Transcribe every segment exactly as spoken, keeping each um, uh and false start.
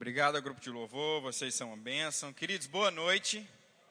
Obrigado ao grupo de louvor, vocês são uma bênção. Queridos, boa noite.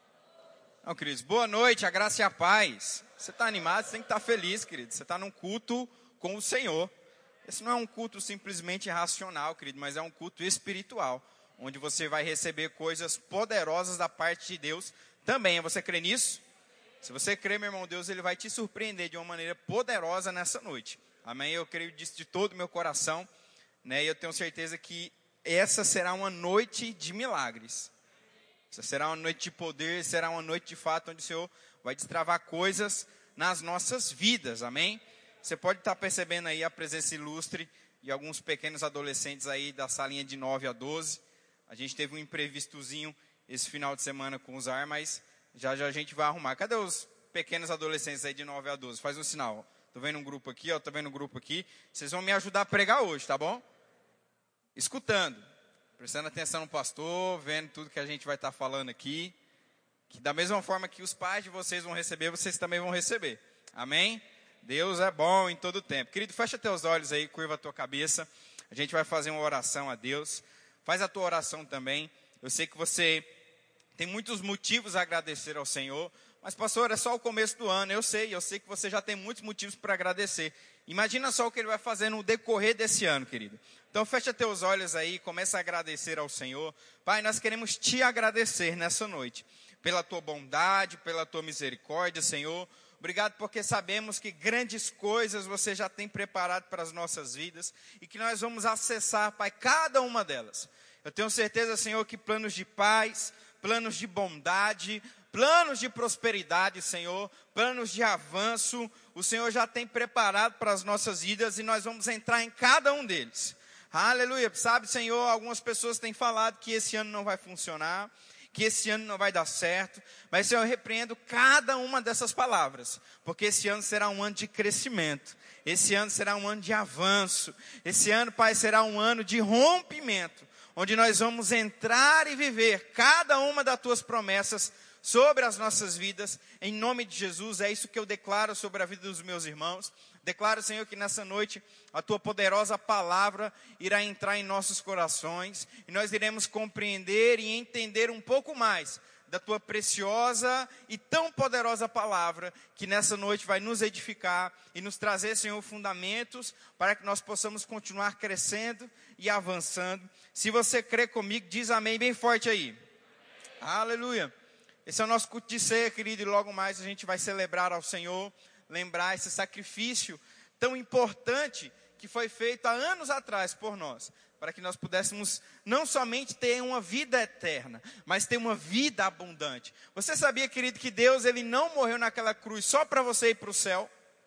Não, queridos, boa noite, a graça e a paz. Você está animado, você tem que estar feliz, querido. Você está num culto com o Senhor. Esse não é um culto simplesmente racional, querido, mas é um culto espiritual, onde você vai receber coisas poderosas da parte de Deus também. Você crê nisso? Se você crê, meu irmão, Deus ele vai te surpreender de uma maneira poderosa nessa noite. Amém? Eu creio disso de todo o meu coração, né? E eu tenho certeza que essa será uma noite de milagres. Essa será uma noite de poder, será uma noite de fato onde o Senhor vai destravar coisas nas nossas vidas, amém? Você pode estar percebendo aí a presença ilustre de alguns pequenos adolescentes aí da salinha de nove a doze. A gente teve um imprevistozinho esse final de semana com os ar, mas já já a gente vai arrumar. Cadê os pequenos adolescentes aí de nove a doze? Faz um sinal. Tô vendo um grupo aqui, ó, tô vendo um grupo aqui. Vocês vão me ajudar a pregar hoje, tá bom? Escutando, prestando atenção no pastor, vendo tudo que a gente vai estar falando aqui, que da mesma forma que os pais de vocês vão receber, vocês também vão receber, amém? Deus é bom em todo tempo. Querido, fecha teus olhos aí, curva a tua cabeça, a gente vai fazer uma oração a Deus, faz a tua oração também. Eu sei que você tem muitos motivos a agradecer ao Senhor, mas pastor, é só o começo do ano, eu sei, eu sei que você já tem muitos motivos para agradecer. Imagina só o que ele vai fazer no decorrer desse ano, querido. Então fecha teus olhos aí, começa a agradecer ao Senhor. Pai, nós queremos te agradecer nessa noite, pela tua bondade, pela tua misericórdia, Senhor. Obrigado porque sabemos que grandes coisas você já tem preparado para as nossas vidas e que nós vamos acessar, Pai, cada uma delas. Eu tenho certeza, Senhor, que planos de paz, planos de bondade, planos de prosperidade, Senhor, planos de avanço, o Senhor já tem preparado para as nossas vidas e nós vamos entrar em cada um deles. Aleluia. Sabe, Senhor, algumas pessoas têm falado que esse ano não vai funcionar, que esse ano não vai dar certo, mas, Senhor, eu repreendo cada uma dessas palavras, porque esse ano será um ano de crescimento, esse ano será um ano de avanço, esse ano, Pai, será um ano de rompimento, onde nós vamos entrar e viver cada uma das tuas promessas sobre as nossas vidas, em nome de Jesus. É isso que eu declaro sobre a vida dos meus irmãos. Declaro, Senhor, que nessa noite a tua poderosa palavra irá entrar em nossos corações e nós iremos compreender e entender um pouco mais da tua preciosa e tão poderosa palavra, que nessa noite vai nos edificar e nos trazer, Senhor, fundamentos para que nós possamos continuar crescendo e avançando. Se você crê comigo, diz amém bem forte aí. Aleluia. Esse é o nosso culto de ceia, querido, e logo mais a gente vai celebrar ao Senhor, lembrar esse sacrifício tão importante que foi feito há anos atrás por nós, para que nós pudéssemos não somente ter uma vida eterna, mas ter uma vida abundante. Você sabia, querido, que Deus ele não morreu naquela cruz só para você ir para o céu?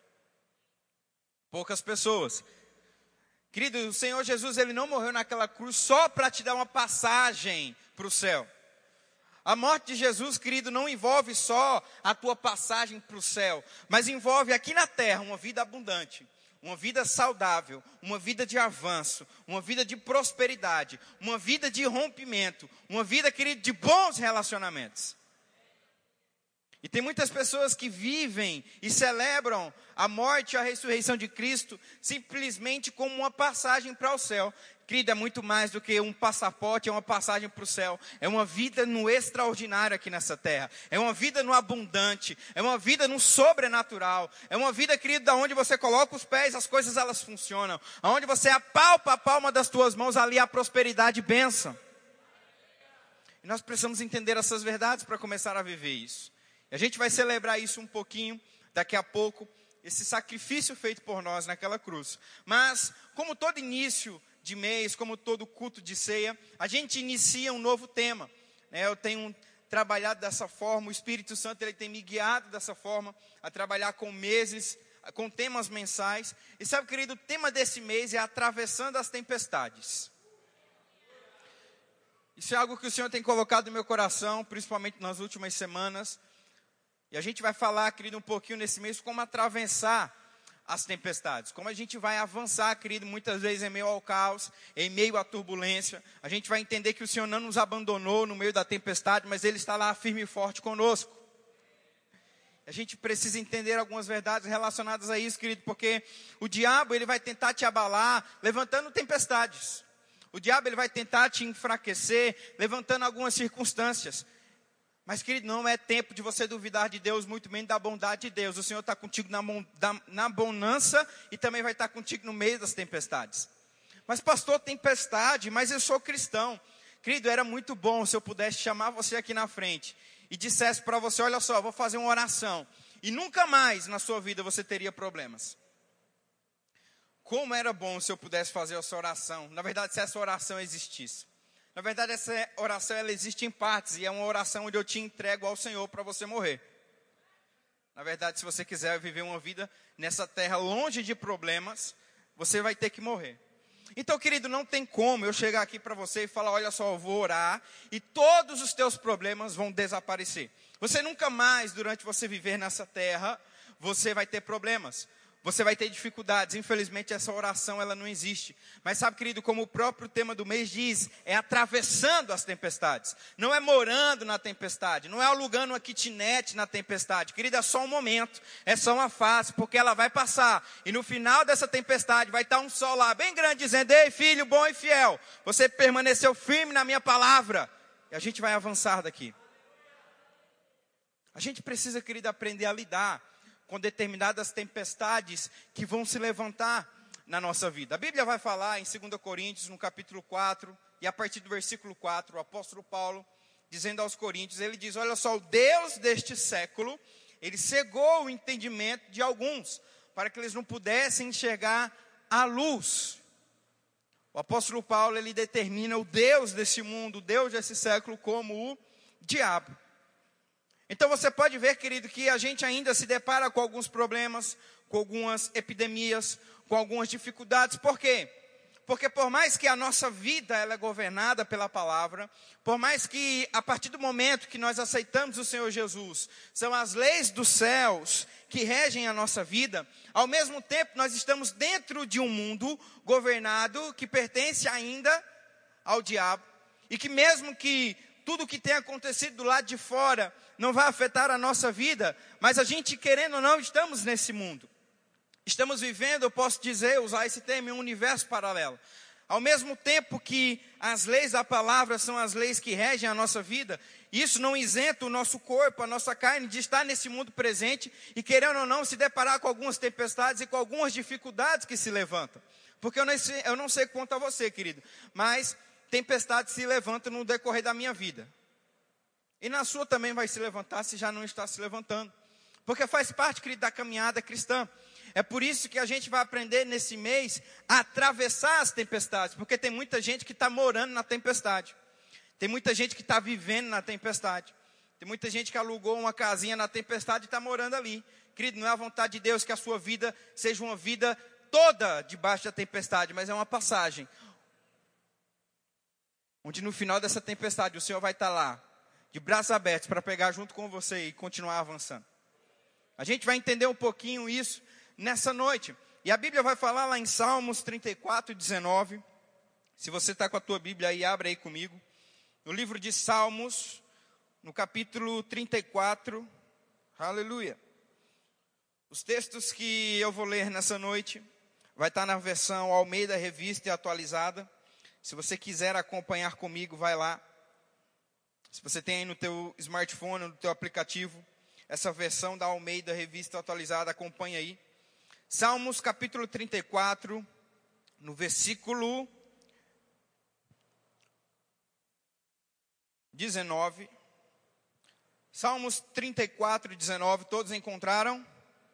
Poucas pessoas. Querido, o Senhor Jesus ele não morreu naquela cruz só para te dar uma passagem para o céu. A morte de Jesus, querido, não envolve só a tua passagem para o céu, mas envolve aqui na terra uma vida abundante, uma vida saudável, uma vida de avanço, uma vida de prosperidade, uma vida de rompimento, uma vida, querido, de bons relacionamentos. E tem muitas pessoas que vivem e celebram a morte e a ressurreição de Cristo simplesmente como uma passagem para o céu. Querido, é muito mais do que um passaporte, é uma passagem para o céu. É uma vida no extraordinário aqui nessa terra. É uma vida no abundante. É uma vida no sobrenatural. É uma vida, querido, onde você coloca os pés, as coisas elas funcionam. Onde você apalpa a palma das tuas mãos, ali a prosperidade e bênção. E nós precisamos entender essas verdades para começar a viver isso. E a gente vai celebrar isso um pouquinho daqui a pouco. Esse sacrifício feito por nós naquela cruz. Mas, como todo início de mês, como todo culto de ceia, a gente inicia um novo tema, né? Eu tenho trabalhado dessa forma, o Espírito Santo ele tem me guiado dessa forma, a trabalhar com meses, com temas mensais, e sabe, querido, o tema desse mês é atravessando as tempestades. Isso é algo que o Senhor tem colocado no meu coração, principalmente nas últimas semanas, e a gente vai falar, querido, um pouquinho nesse mês, como atravessar as tempestades, como a gente vai avançar, querido, muitas vezes em meio ao caos, em meio à turbulência. A gente vai entender que o Senhor não nos abandonou no meio da tempestade, mas Ele está lá firme e forte conosco. A gente precisa entender algumas verdades relacionadas a isso, querido, porque o diabo ele vai tentar te abalar, levantando tempestades. O diabo ele vai tentar te enfraquecer, levantando algumas circunstâncias. Mas, querido, não é tempo de você duvidar de Deus, muito menos da bondade de Deus. O Senhor está contigo na, na bonança e também vai estar contigo no meio das tempestades. Mas, pastor, tempestade, mas eu sou cristão. Querido, era muito bom se eu pudesse chamar você aqui na frente e dissesse para você, olha só, vou fazer uma oração. E nunca mais na sua vida você teria problemas. Como era bom se eu pudesse fazer essa oração. Na verdade, se essa oração existisse. Na verdade, essa oração ela existe em partes. E é uma oração onde eu te entrego ao Senhor para você morrer. Na verdade, se você quiser viver uma vida nessa terra longe de problemas, você vai ter que morrer. Então, querido, não tem como eu chegar aqui para você e falar, olha só, eu vou orar e todos os teus problemas vão desaparecer. Você nunca mais, durante você viver nessa terra, você vai ter problemas. Você vai ter dificuldades. Infelizmente, essa oração ela não existe. Mas sabe, querido, como o próprio tema do mês diz, é atravessando as tempestades. Não é morando na tempestade. Não é alugando uma kitnet na tempestade. Querido, é só um momento. É só uma fase, porque ela vai passar. E no final dessa tempestade vai estar um sol lá, bem grande, dizendo, ei, filho bom e fiel, você permaneceu firme na minha palavra. E a gente vai avançar daqui. A gente precisa, querido, aprender a lidar com determinadas tempestades que vão se levantar na nossa vida. A Bíblia vai falar em dois Coríntios, no capítulo quatro, e a partir do versículo quatro, o apóstolo Paulo, dizendo aos Coríntios, ele diz, olha só, o Deus deste século, ele cegou o entendimento de alguns, para que eles não pudessem enxergar a luz. O apóstolo Paulo, ele determina o Deus desse mundo, o Deus desse século, como o diabo. Então você pode ver, querido, que a gente ainda se depara com alguns problemas, com algumas epidemias, com algumas dificuldades. Por quê? Porque por mais que a nossa vida ela é governada pela palavra, por mais que a partir do momento que nós aceitamos o Senhor Jesus, são as leis dos céus que regem a nossa vida, ao mesmo tempo nós estamos dentro de um mundo governado que pertence ainda ao diabo. E que mesmo que tudo que tem acontecido do lado de fora não vai afetar a nossa vida, mas a gente, querendo ou não, estamos nesse mundo. Estamos vivendo, eu posso dizer, usar esse termo, em um universo paralelo. Ao mesmo tempo que as leis da palavra são as leis que regem a nossa vida, isso não isenta o nosso corpo, a nossa carne, de estar nesse mundo presente e, querendo ou não, se deparar com algumas tempestades e com algumas dificuldades que se levantam. Porque eu não sei, eu não sei quanto a você, querido, mas tempestades se levantam no decorrer da minha vida. E na sua também vai se levantar, se já não está se levantando. Porque faz parte, querido, da caminhada cristã. É por isso que a gente vai aprender nesse mês a atravessar as tempestades. Porque tem muita gente que está morando na tempestade. Tem muita gente que está vivendo na tempestade. Tem muita gente que alugou uma casinha na tempestade e está morando ali. Querido, não é a vontade de Deus que a sua vida seja uma vida toda debaixo da tempestade, mas é uma passagem. Onde no final dessa tempestade o Senhor vai estar lá, de braços abertos, para pegar junto com você e continuar avançando. A gente vai entender um pouquinho isso nessa noite. E a Bíblia vai falar lá em Salmos trinta e quatro, dezenove. Se você está com a tua Bíblia aí, abre aí comigo. No livro de Salmos, no capítulo trinta e quatro. Aleluia. Os textos que eu vou ler nessa noite, vai estar na versão Almeida Revista e Atualizada. Se você quiser acompanhar comigo, vai lá. Se você tem aí no teu smartphone, no teu aplicativo, essa versão da Almeida Revista Atualizada, acompanha aí. Salmos capítulo trinta e quatro, no versículo dezenove. Salmos trinta e quatro, dezenove, todos encontraram?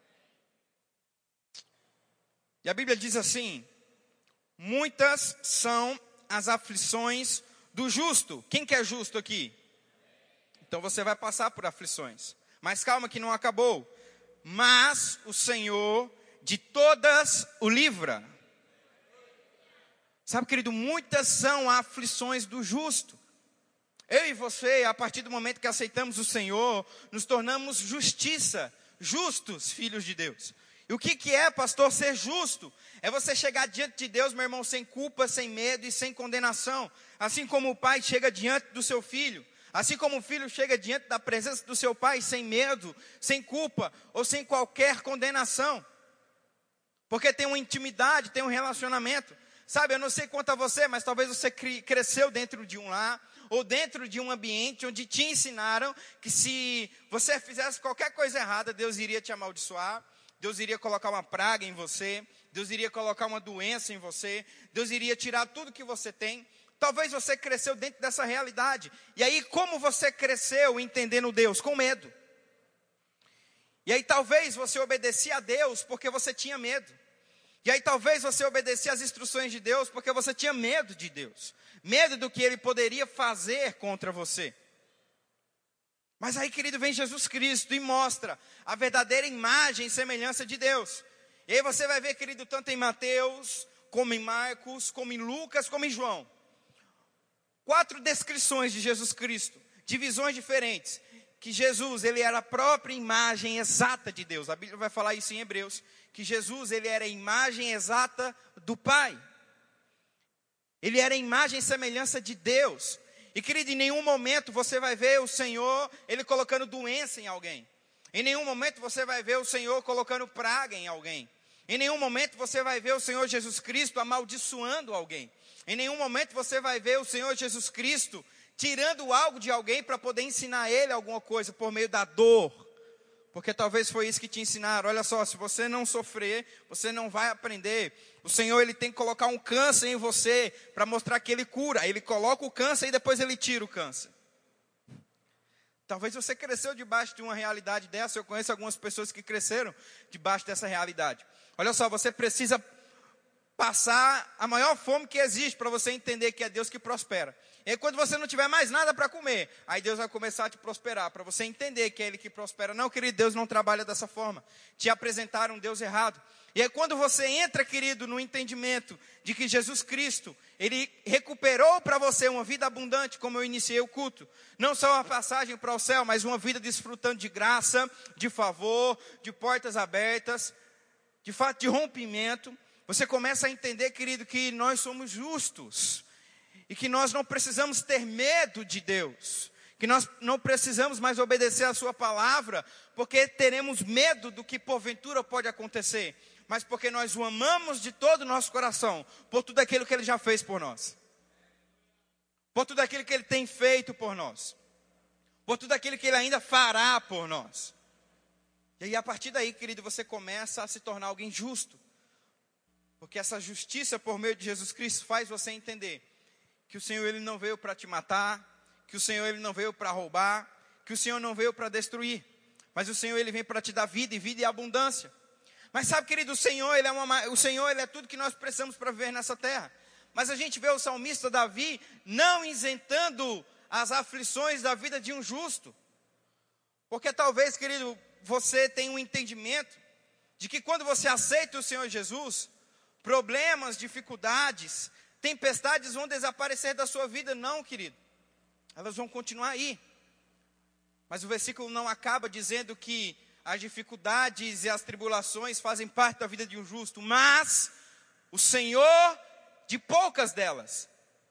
E a Bíblia diz assim: muitas são as aflições do justo. Quem que é justo aqui? Então você vai passar por aflições. Mas calma que não acabou. Mas o Senhor de todas o livra. Sabe, querido, muitas são aflições do justo. Eu e você, a partir do momento que aceitamos o Senhor, nos tornamos justiça, justos filhos de Deus. E o que, que é, pastor, ser justo? É você chegar diante de Deus, meu irmão, sem culpa, sem medo e sem condenação. Assim como o pai chega diante do seu filho. Assim como o filho chega diante da presença do seu pai sem medo, sem culpa ou sem qualquer condenação. Porque tem uma intimidade, tem um relacionamento. Sabe, eu não sei quanto a você, mas talvez você cresceu dentro de um lar, ou dentro de um ambiente onde te ensinaram que se você fizesse qualquer coisa errada, Deus iria te amaldiçoar, Deus iria colocar uma praga em você, Deus iria colocar uma doença em você, Deus iria tirar tudo que você tem. Talvez você cresceu dentro dessa realidade. E aí, como você cresceu entendendo Deus? Com medo. E aí, talvez você obedecia a Deus porque você tinha medo. E aí, talvez você obedecia às instruções de Deus porque você tinha medo de Deus. Medo do que Ele poderia fazer contra você. Mas aí, querido, vem Jesus Cristo e mostra a verdadeira imagem e semelhança de Deus. E aí você vai ver, querido, tanto em Mateus, como em Marcos, como em Lucas, como em João. Quatro descrições de Jesus Cristo, de visões diferentes. Que Jesus, ele era a própria imagem exata de Deus. A Bíblia vai falar isso em Hebreus. Que Jesus, ele era a imagem exata do Pai. Ele era a imagem e semelhança de Deus. E querido, em nenhum momento você vai ver o Senhor, ele colocando doença em alguém. Em nenhum momento você vai ver o Senhor colocando praga em alguém. Em nenhum momento você vai ver o Senhor Jesus Cristo amaldiçoando alguém. Em nenhum momento você vai ver o Senhor Jesus Cristo tirando algo de alguém para poder ensinar ele alguma coisa por meio da dor. Porque talvez foi isso que te ensinaram. Olha só, se você não sofrer, você não vai aprender. O Senhor, ele tem que colocar um câncer em você para mostrar que ele cura. Ele coloca o câncer e depois ele tira o câncer. Talvez você cresceu debaixo de uma realidade dessa. Eu conheço algumas pessoas que cresceram debaixo dessa realidade. Olha só, você precisa passar a maior fome que existe para você entender que é Deus que prospera. E aí, quando você não tiver mais nada para comer, aí Deus vai começar a te prosperar, para você entender que é Ele que prospera. Não, querido, Deus não trabalha dessa forma. Te apresentaram um Deus errado. E aí, quando você entra, querido, no entendimento de que Jesus Cristo, Ele recuperou para você uma vida abundante, como eu iniciei o culto. Não só uma passagem para o céu, mas uma vida desfrutando de graça, de favor, de portas abertas, de fato, de rompimento. Você começa a entender, querido, que nós somos justos. E que nós não precisamos ter medo de Deus. Que nós não precisamos mais obedecer a sua palavra, porque teremos medo do que porventura pode acontecer. Mas porque nós o amamos de todo o nosso coração, por tudo aquilo que Ele já fez por nós. Por tudo aquilo que Ele tem feito por nós. Por tudo aquilo que Ele ainda fará por nós. E aí, a partir daí, querido, você começa a se tornar alguém justo. Porque essa justiça por meio de Jesus Cristo faz você entender que o Senhor, ele não veio para te matar, que o Senhor, ele não veio para roubar, que o Senhor não veio para destruir, mas o Senhor, ele vem para te dar vida e vida e abundância. Mas sabe, querido, o Senhor, ele é, uma, o Senhor, ele é tudo que nós precisamos para viver nessa terra. Mas a gente vê o salmista Davi não isentando as aflições da vida de um justo. Porque talvez, querido, você tenha um entendimento de que quando você aceita o Senhor Jesus, problemas, dificuldades, tempestades vão desaparecer da sua vida. Não, querido. Elas vão continuar aí. Mas o versículo não acaba dizendo que as dificuldades e as tribulações fazem parte da vida de um justo. Mas o Senhor de poucas delas.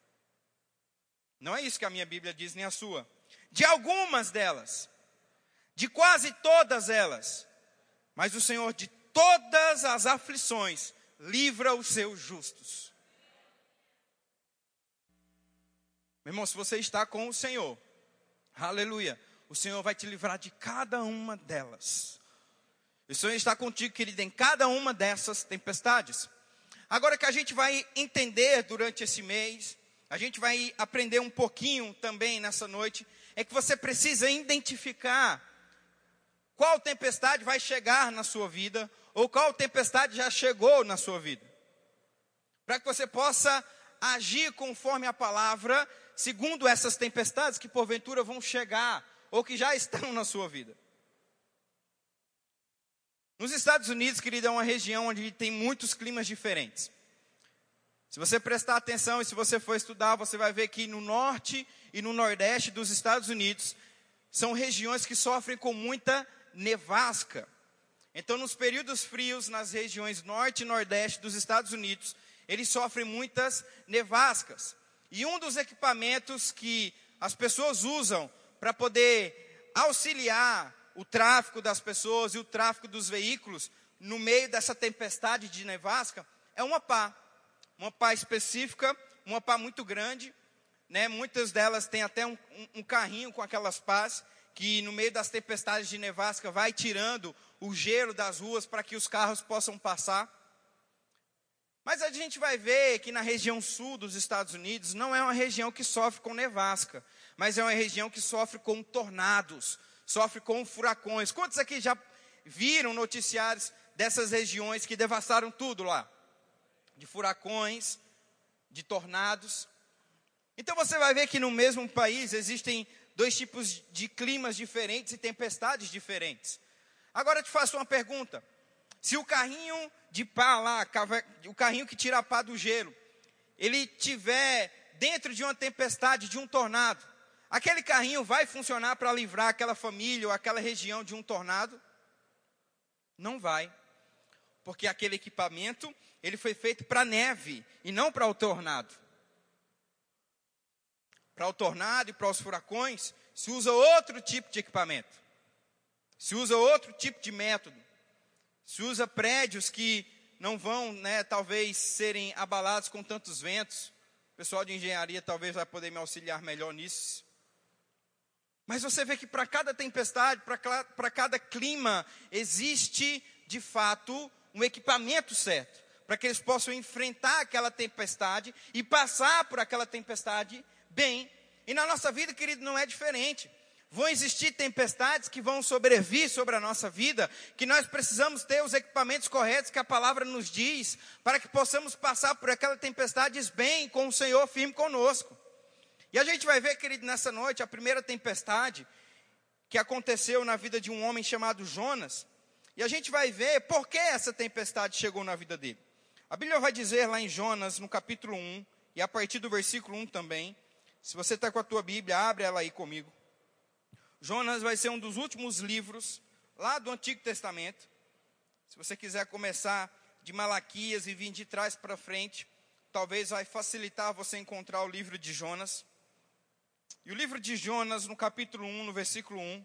Não é isso que a minha Bíblia diz, nem a sua. De algumas delas. De quase todas elas. Mas o Senhor de todas as aflições livra os seus justos. Meu irmão, se você está com o Senhor, aleluia, o Senhor vai te livrar de cada uma delas. O Senhor está contigo, querido, em cada uma dessas tempestades. Agora que a gente vai entender durante esse mês, a gente vai aprender um pouquinho também nessa noite, é que você precisa identificar qual tempestade vai chegar na sua vida, ou qual tempestade já chegou na sua vida. Para que você possa agir conforme a palavra, segundo essas tempestades que porventura vão chegar, ou que já estão na sua vida. Nos Estados Unidos, querido, é uma região onde tem muitos climas diferentes. Se você prestar atenção e se você for estudar, você vai ver que no norte e no nordeste dos Estados Unidos, são regiões que sofrem com muita nevasca. Então, nos períodos frios, nas regiões norte e nordeste dos Estados Unidos, eles sofrem muitas nevascas. E um dos equipamentos que as pessoas usam para poder auxiliar o tráfego das pessoas e o tráfego dos veículos no meio dessa tempestade de nevasca é uma pá. uma pá específica, uma pá muito grande, né? Muitas delas têm até um, um, um carrinho com aquelas pás, que no meio das tempestades de nevasca vai tirando o gelo das ruas para que os carros possam passar. Mas a gente vai ver que na região sul dos Estados Unidos não é uma região que sofre com nevasca, mas é uma região que sofre com tornados, sofre com furacões. Quantos aqui já viram noticiários dessas regiões que devastaram tudo lá? De furacões, de tornados. Então você vai ver que no mesmo país existem dois tipos de climas diferentes e tempestades diferentes. Agora eu te faço uma pergunta. Se o carrinho de pá lá, o carrinho que tira a pá do gelo, ele tiver dentro de uma tempestade, de um tornado, aquele carrinho vai funcionar para livrar aquela família ou aquela região de um tornado? Não vai. Porque aquele equipamento, ele foi feito para neve e não para o tornado. Para o tornado e para os furacões, se usa outro tipo de equipamento. Se usa outro tipo de método. Se usa prédios que não vão, né, talvez, serem abalados com tantos ventos. O pessoal de engenharia talvez vai poder me auxiliar melhor nisso. Mas você vê que para cada tempestade, para cada clima, existe, de fato, um equipamento certo. Para que eles possam enfrentar aquela tempestade e passar por aquela tempestade bem. E na nossa vida, querido, não é diferente. Vão existir tempestades que vão sobrevir sobre a nossa vida, que nós precisamos ter os equipamentos corretos que a palavra nos diz, para que possamos passar por aquelas tempestades bem, com o Senhor firme conosco. E a gente vai ver, querido, nessa noite, a primeira tempestade que aconteceu na vida de um homem chamado Jonas. E a gente vai ver por que essa tempestade chegou na vida dele. A Bíblia vai dizer lá em Jonas, no capítulo um, e a partir do versículo um também. Se você está com a tua Bíblia, abre ela aí comigo. Jonas vai ser um dos últimos livros lá do Antigo Testamento. Se você quiser começar de Malaquias e vir de trás para frente, talvez vai facilitar você encontrar o livro de Jonas. E o livro de Jonas, no capítulo um, no versículo um.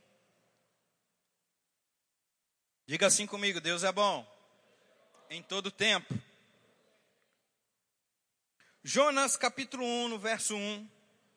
Diga assim comigo: Deus é bom em todo tempo. Jonas, capítulo um, no verso um.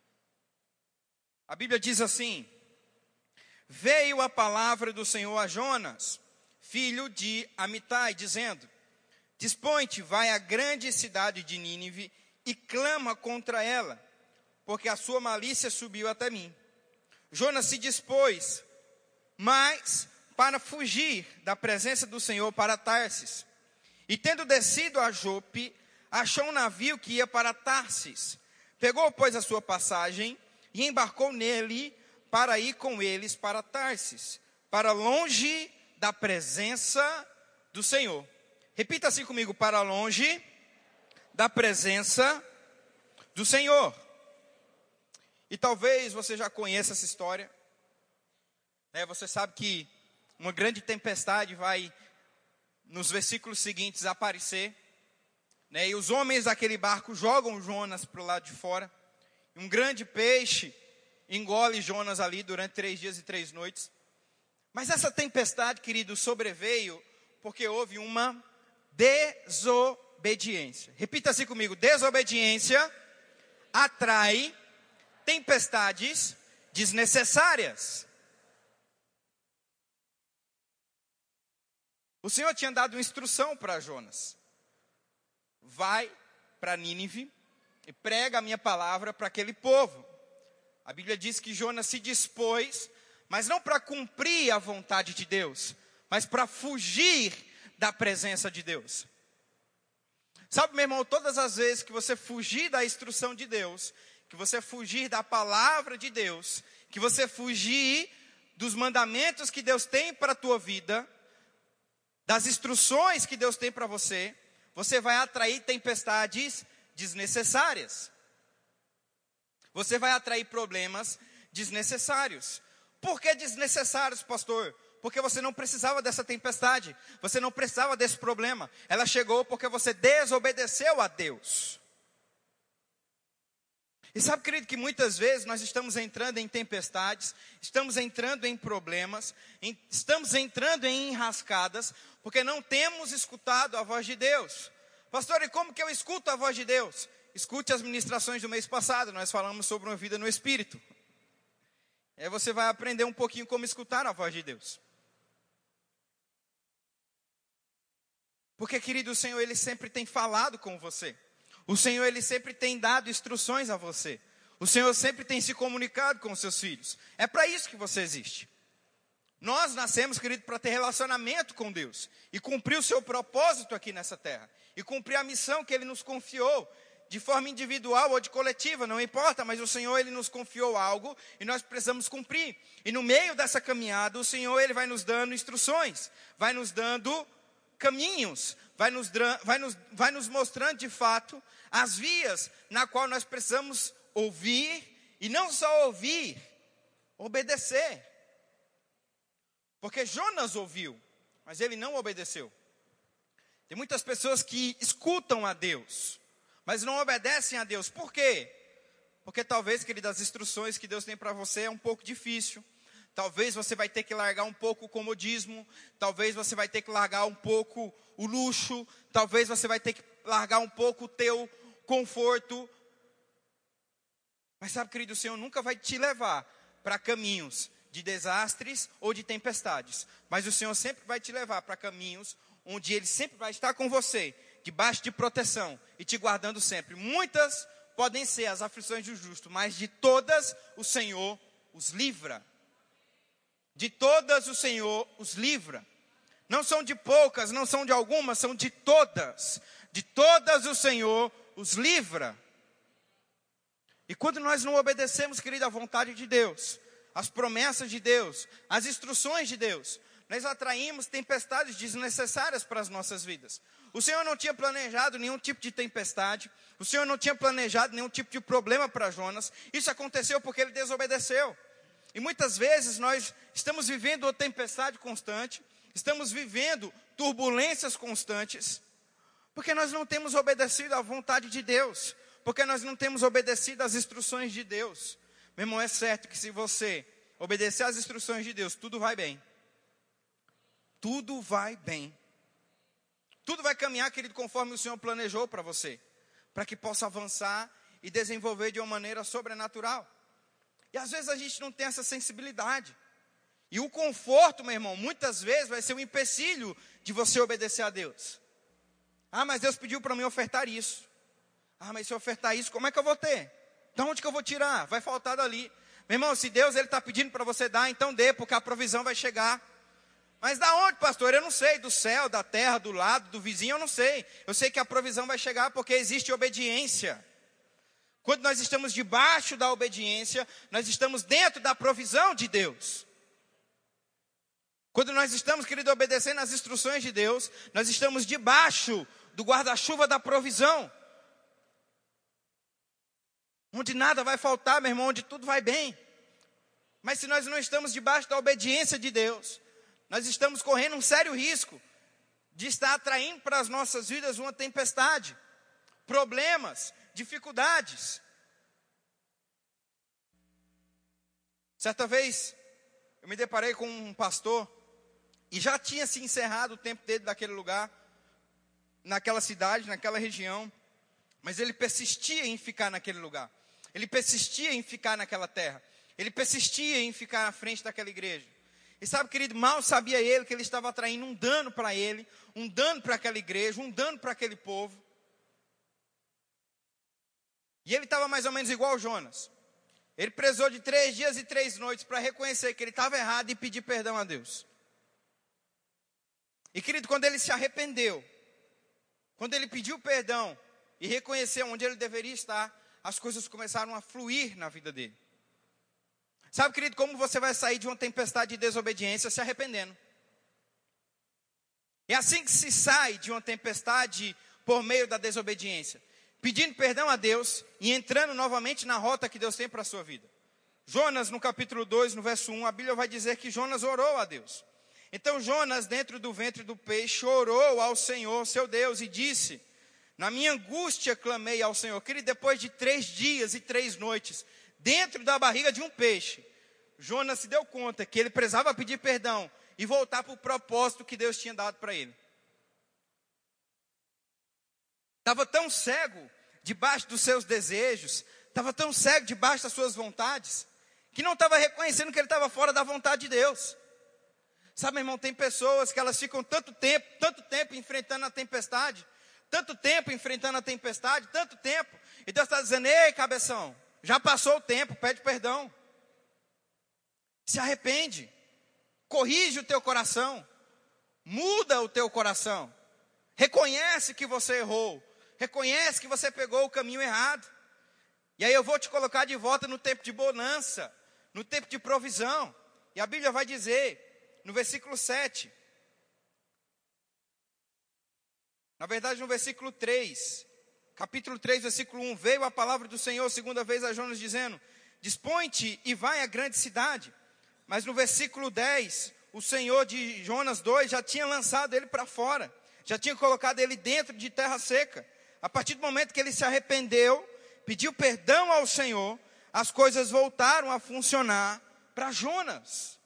A Bíblia diz assim: veio a palavra do Senhor a Jonas, filho de Amitai, dizendo: dispõe-te, vai à grande cidade de Nínive e clama contra ela, porque a sua malícia subiu até mim. Jonas se dispôs, mas para fugir da presença do Senhor para Tarsis. E tendo descido a Jope, achou um navio que ia para Tarsis. Pegou, pois, a sua passagem e embarcou nele para ir com eles para Tarsis, para longe da presença do Senhor. Repita assim comigo: para longe da presença do Senhor. E talvez você já conheça essa história. É, você sabe que uma grande tempestade vai, nos versículos seguintes, aparecer. Né, e os homens daquele barco jogam Jonas para o lado de fora. Um grande peixe engole Jonas ali durante três dias e três noites. Mas essa tempestade, querido, sobreveio porque houve uma desobediência. Repita assim comigo: desobediência atrai tempestades desnecessárias. O Senhor tinha dado uma instrução para Jonas: vai para Nínive e prega a minha palavra para aquele povo. A Bíblia diz que Jonas se dispôs, mas não para cumprir a vontade de Deus, mas para fugir da presença de Deus. Sabe, meu irmão, todas as vezes que você fugir da instrução de Deus, que você fugir da palavra de Deus, que você fugir dos mandamentos que Deus tem para a tua vida, das instruções que Deus tem para você, você vai atrair tempestades desnecessárias. Você vai atrair problemas desnecessários. Por que desnecessários, pastor? Porque você não precisava dessa tempestade. Você não precisava desse problema. Ela chegou porque você desobedeceu a Deus. E sabe, querido, que muitas vezes nós estamos entrando em tempestades, estamos entrando em problemas, em, estamos entrando em enrascadas, porque não temos escutado a voz de Deus. Pastor, e como que eu escuto a voz de Deus? Escute as ministrações do mês passado, nós falamos sobre uma vida no Espírito. Aí você vai aprender um pouquinho como escutar a voz de Deus. Porque, querido, o Senhor, Ele sempre tem falado com você. O Senhor, Ele sempre tem dado instruções a você. O Senhor sempre tem se comunicado com os seus filhos. É para isso que você existe. Nós nascemos, querido, para ter relacionamento com Deus. E cumprir o seu propósito aqui nessa terra. E cumprir a missão que Ele nos confiou. De forma individual ou de coletiva, não importa. Mas o Senhor, Ele nos confiou algo. E nós precisamos cumprir. E no meio dessa caminhada, o Senhor, Ele vai nos dando instruções. Vai nos dando caminhos. Vai nos, vai nos, vai nos mostrando de fato as vias na qual nós precisamos ouvir. E não só ouvir, obedecer. Porque Jonas ouviu, mas ele não obedeceu. Tem muitas pessoas que escutam a Deus, mas não obedecem a Deus. Por quê? Porque talvez, querido, as instruções que Deus tem para você é um pouco difícil. Talvez você vai ter que largar um pouco o comodismo. Talvez você vai ter que largar um pouco o luxo. Talvez você vai ter que largar um pouco o teu conforto. Mas sabe, querido, o Senhor nunca vai te levar para caminhos de desastres ou de tempestades. Mas o Senhor sempre vai te levar para caminhos onde Ele sempre vai estar com você, debaixo de proteção e te guardando sempre. Muitas podem ser as aflições do justo, mas de todas o Senhor os livra. De todas o Senhor os livra. Não são de poucas, não são de algumas, são de todas. De todas o Senhor os livra. E quando nós não obedecemos, querido, à vontade de Deus, as promessas de Deus, as instruções de Deus, nós atraímos tempestades desnecessárias para as nossas vidas. O Senhor não tinha planejado nenhum tipo de tempestade. O Senhor não tinha planejado nenhum tipo de problema para Jonas. Isso aconteceu porque ele desobedeceu. E muitas vezes nós estamos vivendo uma tempestade constante, estamos vivendo turbulências constantes, porque nós não temos obedecido à vontade de Deus, porque nós não temos obedecido às instruções de Deus. Meu irmão, é certo que se você obedecer às instruções de Deus, tudo vai bem. Tudo vai bem. Tudo vai caminhar, querido, conforme o Senhor planejou para você, para que possa avançar e desenvolver de uma maneira sobrenatural. E às vezes a gente não tem essa sensibilidade. E o conforto, meu irmão, muitas vezes vai ser um empecilho de você obedecer a Deus. Ah, mas Deus pediu para mim ofertar isso. Ah, mas se eu ofertar isso, como é que eu vou ter? Então onde que eu vou tirar? Vai faltar dali. Meu irmão, se Deus está pedindo para você dar, então dê, porque a provisão vai chegar. Mas da onde, pastor? Eu não sei, do céu, da terra, do lado, do vizinho, eu não sei. Eu sei que a provisão vai chegar porque existe obediência. Quando nós estamos debaixo da obediência, nós estamos dentro da provisão de Deus. Quando nós estamos, querido, obedecendo às instruções de Deus, nós estamos debaixo do guarda-chuva da provisão. Onde nada vai faltar, meu irmão, onde tudo vai bem. Mas se nós não estamos debaixo da obediência de Deus, nós estamos correndo um sério risco de estar atraindo para as nossas vidas uma tempestade, problemas, dificuldades. Certa vez, eu me deparei com um pastor, e já tinha se encerrado o tempo dele naquele lugar, naquela cidade, naquela região, mas ele persistia em ficar naquele lugar, ele persistia em ficar naquela terra, ele persistia em ficar à frente daquela igreja. E sabe, querido, mal sabia ele que ele estava atraindo um dano para ele, um dano para aquela igreja, um dano para aquele povo. E ele estava mais ou menos igual Jonas. Ele precisou de três dias e três noites para reconhecer que ele estava errado e pedir perdão a Deus. E, querido, quando ele se arrependeu, quando ele pediu perdão e reconheceu onde ele deveria estar, as coisas começaram a fluir na vida dele. Sabe, querido, como você vai sair de uma tempestade de desobediência se arrependendo? É assim que se sai de uma tempestade por meio da desobediência, pedindo perdão a Deus e entrando novamente na rota que Deus tem para a sua vida. Jonas, no capítulo dois, no verso um, a Bíblia vai dizer que Jonas orou a Deus. Então Jonas, dentro do ventre do peixe, orou ao Senhor, seu Deus, e disse: na minha angústia clamei ao Senhor. Querido, depois de três dias e três noites, dentro da barriga de um peixe, Jonas se deu conta que ele precisava pedir perdão e voltar para o propósito que Deus tinha dado para ele. estava tão cego debaixo dos seus desejos, estava tão cego debaixo das suas vontades, que não estava reconhecendo que ele estava fora da vontade de Deus. Sabe, meu irmão, tem pessoas que elas ficam tanto tempo, tanto tempo enfrentando a tempestade, tanto tempo enfrentando a tempestade, tanto tempo, e Deus está dizendo: ei, cabeção, já passou o tempo, pede perdão. Se arrepende, corrige o teu coração, muda o teu coração, reconhece que você errou, reconhece que você pegou o caminho errado. E aí eu vou te colocar de volta no tempo de bonança, no tempo de provisão. E a Bíblia vai dizer, no versículo sete, na verdade no versículo três, capítulo três, versículo um, veio a palavra do Senhor segunda vez a Jonas dizendo: dispõe-te e vai à grande cidade. Mas no versículo dez, o Senhor de Jonas dois já tinha lançado ele para fora, já tinha colocado ele dentro de terra seca. A partir do momento que ele se arrependeu, pediu perdão ao Senhor, as coisas voltaram a funcionar para Jonas.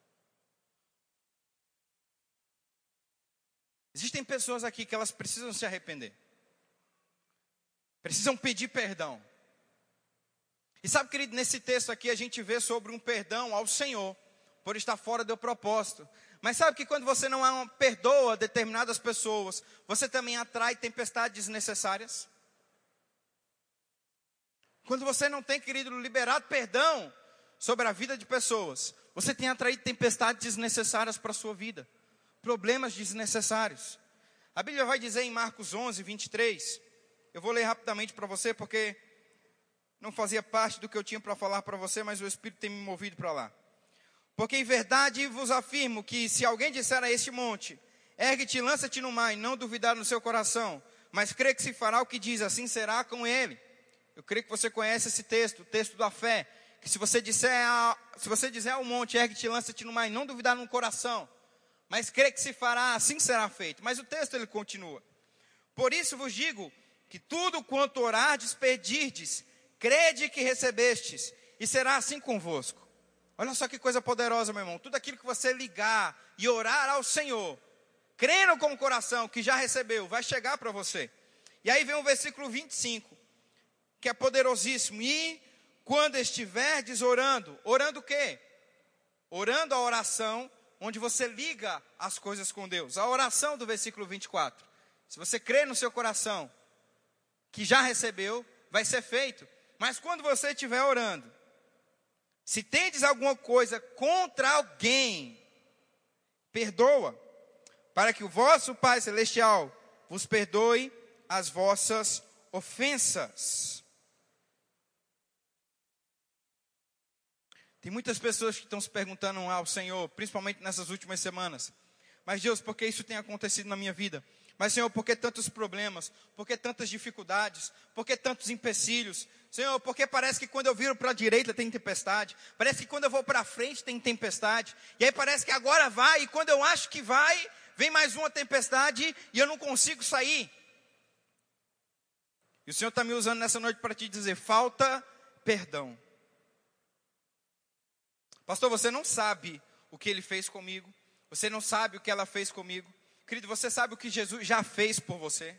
Existem pessoas aqui que elas precisam se arrepender, precisam pedir perdão. E sabe, querido, nesse texto aqui a gente vê sobre um perdão ao Senhor, por estar fora do propósito. Mas sabe que quando você não perdoa determinadas pessoas, você também atrai tempestades desnecessárias? Quando você não tem, querido, liberado perdão sobre a vida de pessoas, você tem atraído tempestades desnecessárias para a sua vida, problemas desnecessários. A Bíblia vai dizer em Marcos onze, vinte e três, eu vou ler rapidamente para você, porque não fazia parte do que eu tinha para falar para você, mas o Espírito tem me movido para lá. Porque em verdade vos afirmo que se alguém disser a este monte, ergue-te e lança-te no mar, e não duvidar no seu coração, mas crê que se fará o que diz, assim será com ele. Eu creio que você conhece esse texto, o texto da fé, que se você disser, a, se você dizer ao monte, ergue-te e lança-te no mar, e não duvidar no coração, mas crê que se fará, assim será feito. Mas o texto ele continua: por isso vos digo que tudo quanto orardes, pedirdes, crede que recebestes, e será assim convosco. Olha só que coisa poderosa, meu irmão. Tudo aquilo que você ligar e orar ao Senhor, crendo com o coração que já recebeu, vai chegar para você. E aí vem o versículo vinte e cinco, que é poderosíssimo. E quando estiverdes orando, orando o quê? Orando a oração onde você liga as coisas com Deus. A oração do versículo vinte e quatro. Se você crê no seu coração que já recebeu, vai ser feito. Mas quando você estiver orando, se tendes alguma coisa contra alguém, perdoa, para que o vosso Pai Celestial vos perdoe as vossas ofensas. Tem muitas pessoas que estão se perguntando ao Senhor, principalmente nessas últimas semanas: mas Deus, por que isso tem acontecido na minha vida? Mas Senhor, por que tantos problemas? Por que tantas dificuldades? Por que tantos empecilhos? Senhor, porque parece que quando eu viro para a direita tem tempestade, parece que quando eu vou para a frente tem tempestade, e aí parece que agora vai, e quando eu acho que vai, vem mais uma tempestade e eu não consigo sair. E o Senhor está me usando nessa noite para te dizer: falta perdão. Pastor, você não sabe o que Ele fez comigo, você não sabe o que ela fez comigo. Querido, você sabe o que Jesus já fez por você?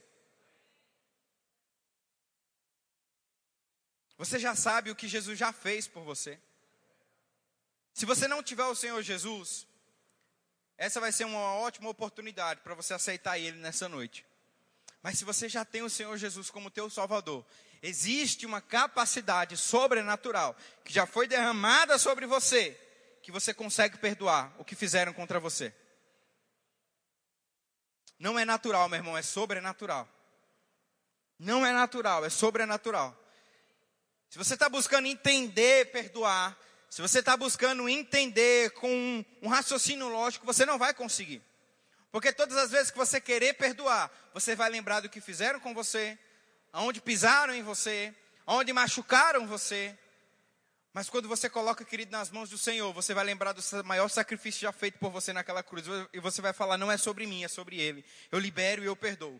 Você já sabe o que Jesus já fez por você? Se você não tiver o Senhor Jesus, essa vai ser uma ótima oportunidade para você aceitar Ele nessa noite. Mas se você já tem o Senhor Jesus como teu Salvador, existe uma capacidade sobrenatural que já foi derramada sobre você, que você consegue perdoar o que fizeram contra você. Não é natural, meu irmão, é sobrenatural. Não é natural, é sobrenatural. Se você está buscando entender, perdoar, se você está buscando entender com um, um raciocínio lógico, você não vai conseguir. Porque todas as vezes que você querer perdoar, você vai lembrar do que fizeram com você, aonde pisaram em você, aonde machucaram você. Mas quando você coloca, querido, nas mãos do Senhor, você vai lembrar do maior sacrifício já feito por você naquela cruz. E você vai falar: não é sobre mim, é sobre Ele. Eu libero e eu perdoo.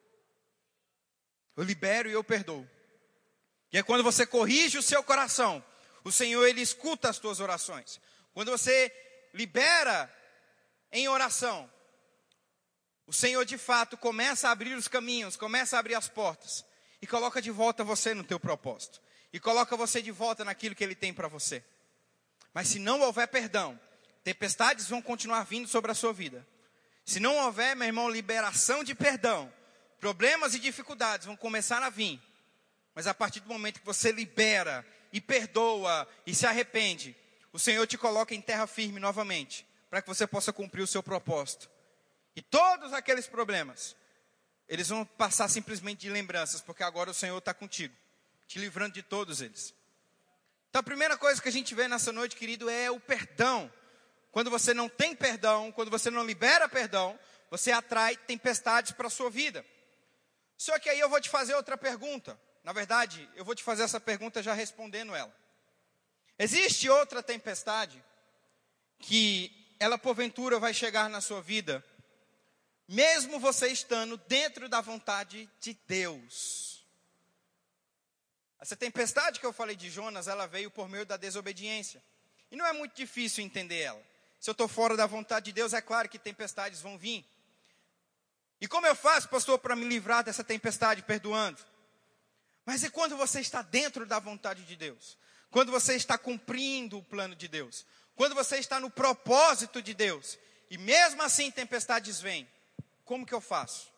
Eu libero e eu perdoo. E é quando você corrige o seu coração, o Senhor, Ele escuta as tuas orações. Quando você libera em oração, o Senhor de fato começa a abrir os caminhos, começa a abrir as portas e coloca de volta você no teu propósito. E coloca você de volta naquilo que Ele tem para você. Mas se não houver perdão, tempestades vão continuar vindo sobre a sua vida. Se não houver, meu irmão, liberação de perdão, problemas e dificuldades vão começar a vir. Mas a partir do momento que você libera e perdoa e se arrepende, o Senhor te coloca em terra firme novamente, para que você possa cumprir o seu propósito. E todos aqueles problemas, eles vão passar simplesmente de lembranças, porque agora o Senhor está contigo, te livrando de todos eles. Então a primeira coisa que a gente vê nessa noite, querido, é o perdão. Quando você não tem perdão, quando você não libera perdão, você atrai tempestades para a sua vida. Só que aí eu vou te fazer outra pergunta. Na verdade, eu vou te fazer essa pergunta já respondendo ela. Existe outra tempestade que ela porventura vai chegar na sua vida, mesmo você estando dentro da vontade de Deus? Essa tempestade que eu falei de Jonas, ela veio por meio da desobediência. E não é muito difícil entender ela. Se eu estou fora da vontade de Deus, é claro que tempestades vão vir. E como eu faço, pastor, para me livrar dessa tempestade perdoando? Mas e quando você está dentro da vontade de Deus? Quando você está cumprindo o plano de Deus? Quando você está no propósito de Deus? E mesmo assim tempestades vêm. Como que eu faço?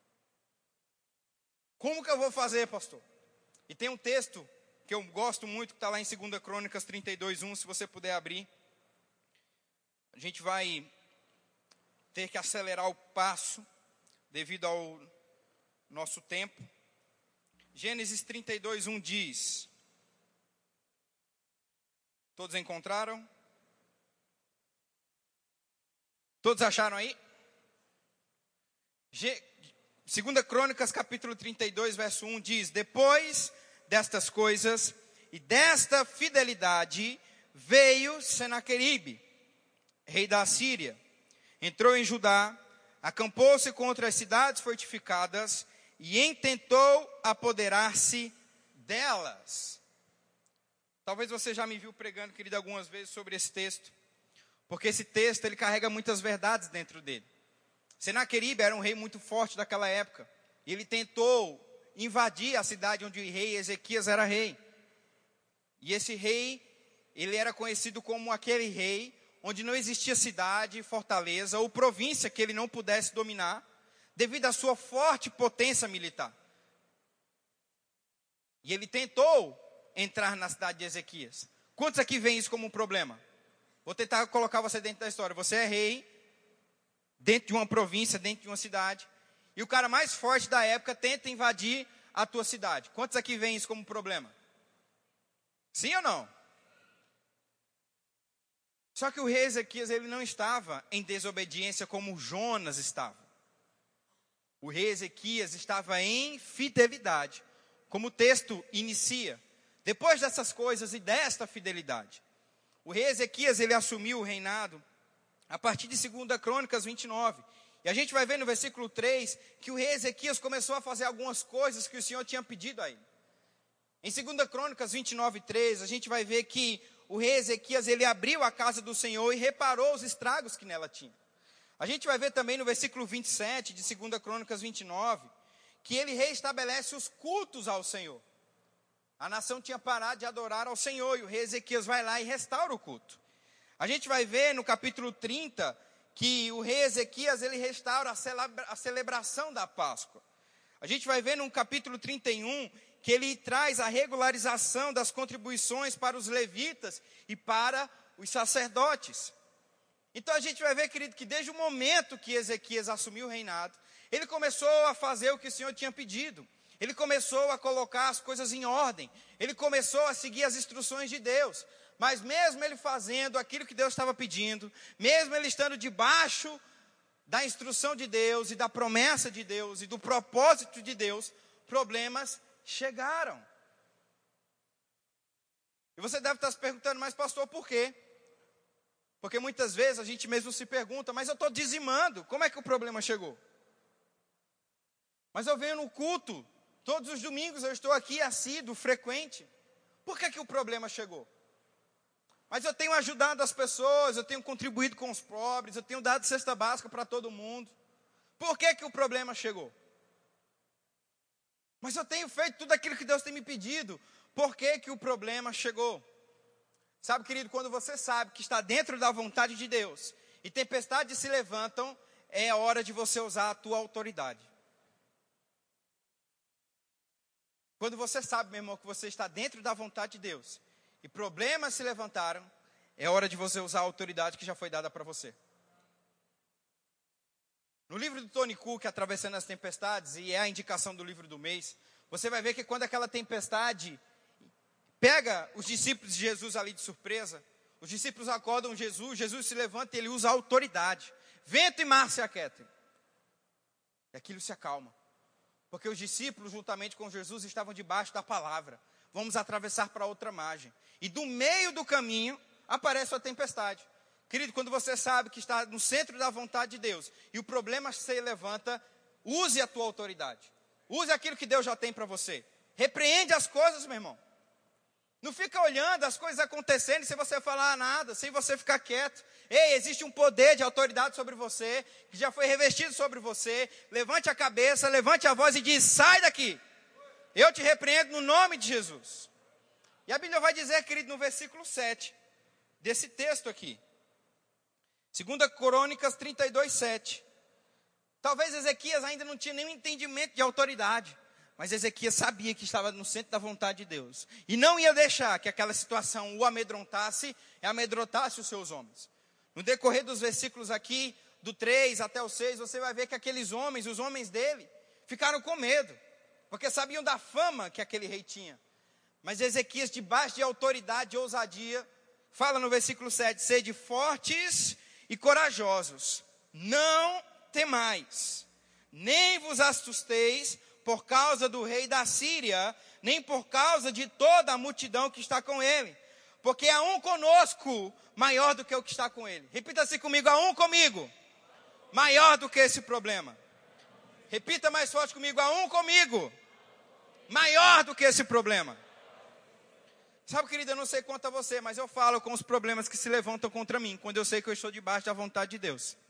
Como que eu vou fazer, pastor? E tem um texto que eu gosto muito, que está lá em segunda Crônicas trinta e dois, um, se você puder abrir. A gente vai ter que acelerar o passo, devido ao nosso tempo. Gênesis trinta e dois, um diz... Todos encontraram? Todos acharam aí? Ge- Segunda Crônicas, capítulo trinta e dois, verso um, diz: depois destas coisas e desta fidelidade, veio Senaqueribe, rei da Assíria, entrou em Judá, acampou-se contra as cidades fortificadas e intentou apoderar-se delas. Talvez você já me viu pregando, querido, algumas vezes sobre esse texto, porque esse texto ele carrega muitas verdades dentro dele. Senaqueribe era um rei muito forte daquela época, e ele tentou invadir a cidade onde o rei Ezequias era rei. E esse rei, ele era conhecido como aquele rei onde não existia cidade, fortaleza ou província que ele não pudesse dominar, devido à sua forte potência militar. E ele tentou entrar na cidade de Ezequias. Quantos aqui veem isso como um problema? Vou tentar colocar você dentro da história. Você é rei, dentro de uma província, dentro de uma cidade, e o cara mais forte da época tenta invadir a tua cidade. Quantos aqui veem isso como um problema? Sim ou não? Só que o rei Ezequias, ele não estava em desobediência como Jonas estava. O rei Ezequias estava em fidelidade, como o texto inicia. Depois dessas coisas e desta fidelidade, o rei Ezequias, ele assumiu o reinado a partir de segunda Crônicas vinte e nove. E a gente vai ver no versículo três que o rei Ezequias começou a fazer algumas coisas que o Senhor tinha pedido a ele. Em segunda Crônicas vinte e nove, três, a gente vai ver que o rei Ezequias, ele abriu a casa do Senhor e reparou os estragos que nela tinha. A gente vai ver também no versículo vinte e sete de segunda Crônicas vinte e nove, que ele reestabelece os cultos ao Senhor. A nação tinha parado de adorar ao Senhor, e o rei Ezequias vai lá e restaura o culto. A gente vai ver no capítulo trinta, que o rei Ezequias, ele restaura a, celebra, a celebração da Páscoa. A gente vai ver no capítulo trinta e um, que ele traz a regularização das contribuições para os levitas e para os sacerdotes. Então a gente vai ver, querido, que desde o momento que Ezequias assumiu o reinado, ele começou a fazer o que o Senhor tinha pedido. Ele começou a colocar as coisas em ordem. Ele começou a seguir as instruções de Deus. Mas mesmo ele fazendo aquilo que Deus estava pedindo, mesmo ele estando debaixo da instrução de Deus e da promessa de Deus e do propósito de Deus, problemas chegaram. E você deve estar se perguntando, mas pastor, por quê? Porque muitas vezes a gente mesmo se pergunta, mas eu estou dizimando, como é que o problema chegou? Mas eu venho no culto, todos os domingos eu estou aqui assíduo, frequente. Por que que o problema chegou? Mas eu tenho ajudado as pessoas, eu tenho contribuído com os pobres, eu tenho dado cesta básica para todo mundo. Por que que o problema chegou? Mas eu tenho feito tudo aquilo que Deus tem me pedido. Por que que o problema chegou? Sabe, querido, quando você sabe que está dentro da vontade de Deus e tempestades se levantam, é hora de você usar a tua autoridade. Quando você sabe, meu irmão, que você está dentro da vontade de Deus e problemas se levantaram, é hora de você usar a autoridade que já foi dada para você. No livro do Tony Cook, Atravessando as Tempestades, e é a indicação do livro do mês, você vai ver que quando aquela tempestade pega os discípulos de Jesus ali de surpresa, os discípulos acordam Jesus, Jesus se levanta e ele usa a autoridade. Vento e mar se aquietem. E aquilo se acalma. Porque os discípulos, juntamente com Jesus, estavam debaixo da palavra. Vamos atravessar para outra margem. E do meio do caminho, aparece a tempestade. Querido, quando você sabe que está no centro da vontade de Deus, e o problema se levanta, use a tua autoridade. Use aquilo que Deus já tem para você. Repreende as coisas, meu irmão. Não fica olhando as coisas acontecendo sem você falar nada, sem você ficar quieto. Ei, existe um poder de autoridade sobre você, que já foi revestido sobre você. Levante a cabeça, levante a voz e diz: sai daqui. Eu te repreendo no nome de Jesus. E a Bíblia vai dizer, querido, no versículo sete, desse texto aqui. Segunda Crônicas trinta e dois, sete. Talvez Ezequias ainda não tinha nenhum entendimento de autoridade. Mas Ezequias sabia que estava no centro da vontade de Deus. E não ia deixar que aquela situação o amedrontasse e amedrontasse os seus homens. No decorrer dos versículos aqui, do três até o seis, você vai ver que aqueles homens, os homens dele, ficaram com medo. Porque sabiam da fama que aquele rei tinha. Mas Ezequias, debaixo de autoridade e ousadia, fala no versículo sete, sede fortes e corajosos, não temais, nem vos assusteis por causa do rei da Síria, nem por causa de toda a multidão que está com ele, porque há um conosco maior do que o que está com ele. Repita assim comigo: há um comigo maior do que esse problema. Repita mais forte comigo: há um comigo maior do que esse problema. Sabe, querido, eu não sei quanto a você, mas eu falo com os problemas que se levantam contra mim, quando eu sei que eu estou debaixo da vontade de Deus.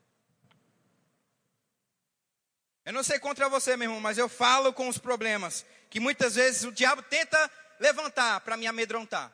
Eu não sei contra você, meu irmão, mas eu falo com os problemas que muitas vezes o diabo tenta levantar para me amedrontar.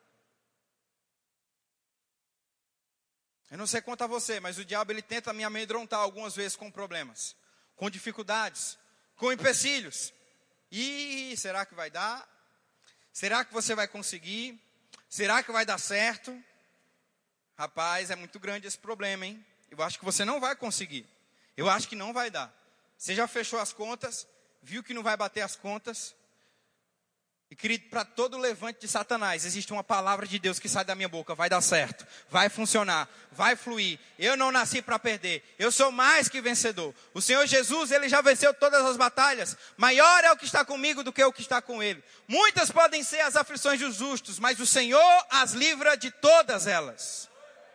Eu não sei quanto a você, mas o diabo ele tenta me amedrontar algumas vezes com problemas, com dificuldades, com empecilhos. E será que vai dar? Será que você vai conseguir? Será que vai dar certo? Rapaz, é muito grande esse problema, hein? Eu acho que você não vai conseguir. Eu acho que não vai dar. Você já fechou as contas, viu que não vai bater as contas. E querido, para todo levante de Satanás, existe uma palavra de Deus que sai da minha boca: vai dar certo, vai funcionar, vai fluir. Eu não nasci para perder, eu sou mais que vencedor. O Senhor Jesus, ele já venceu todas as batalhas. Maior é o que está comigo do que o que está com ele. Muitas podem ser as aflições dos justos, mas o Senhor as livra de todas elas.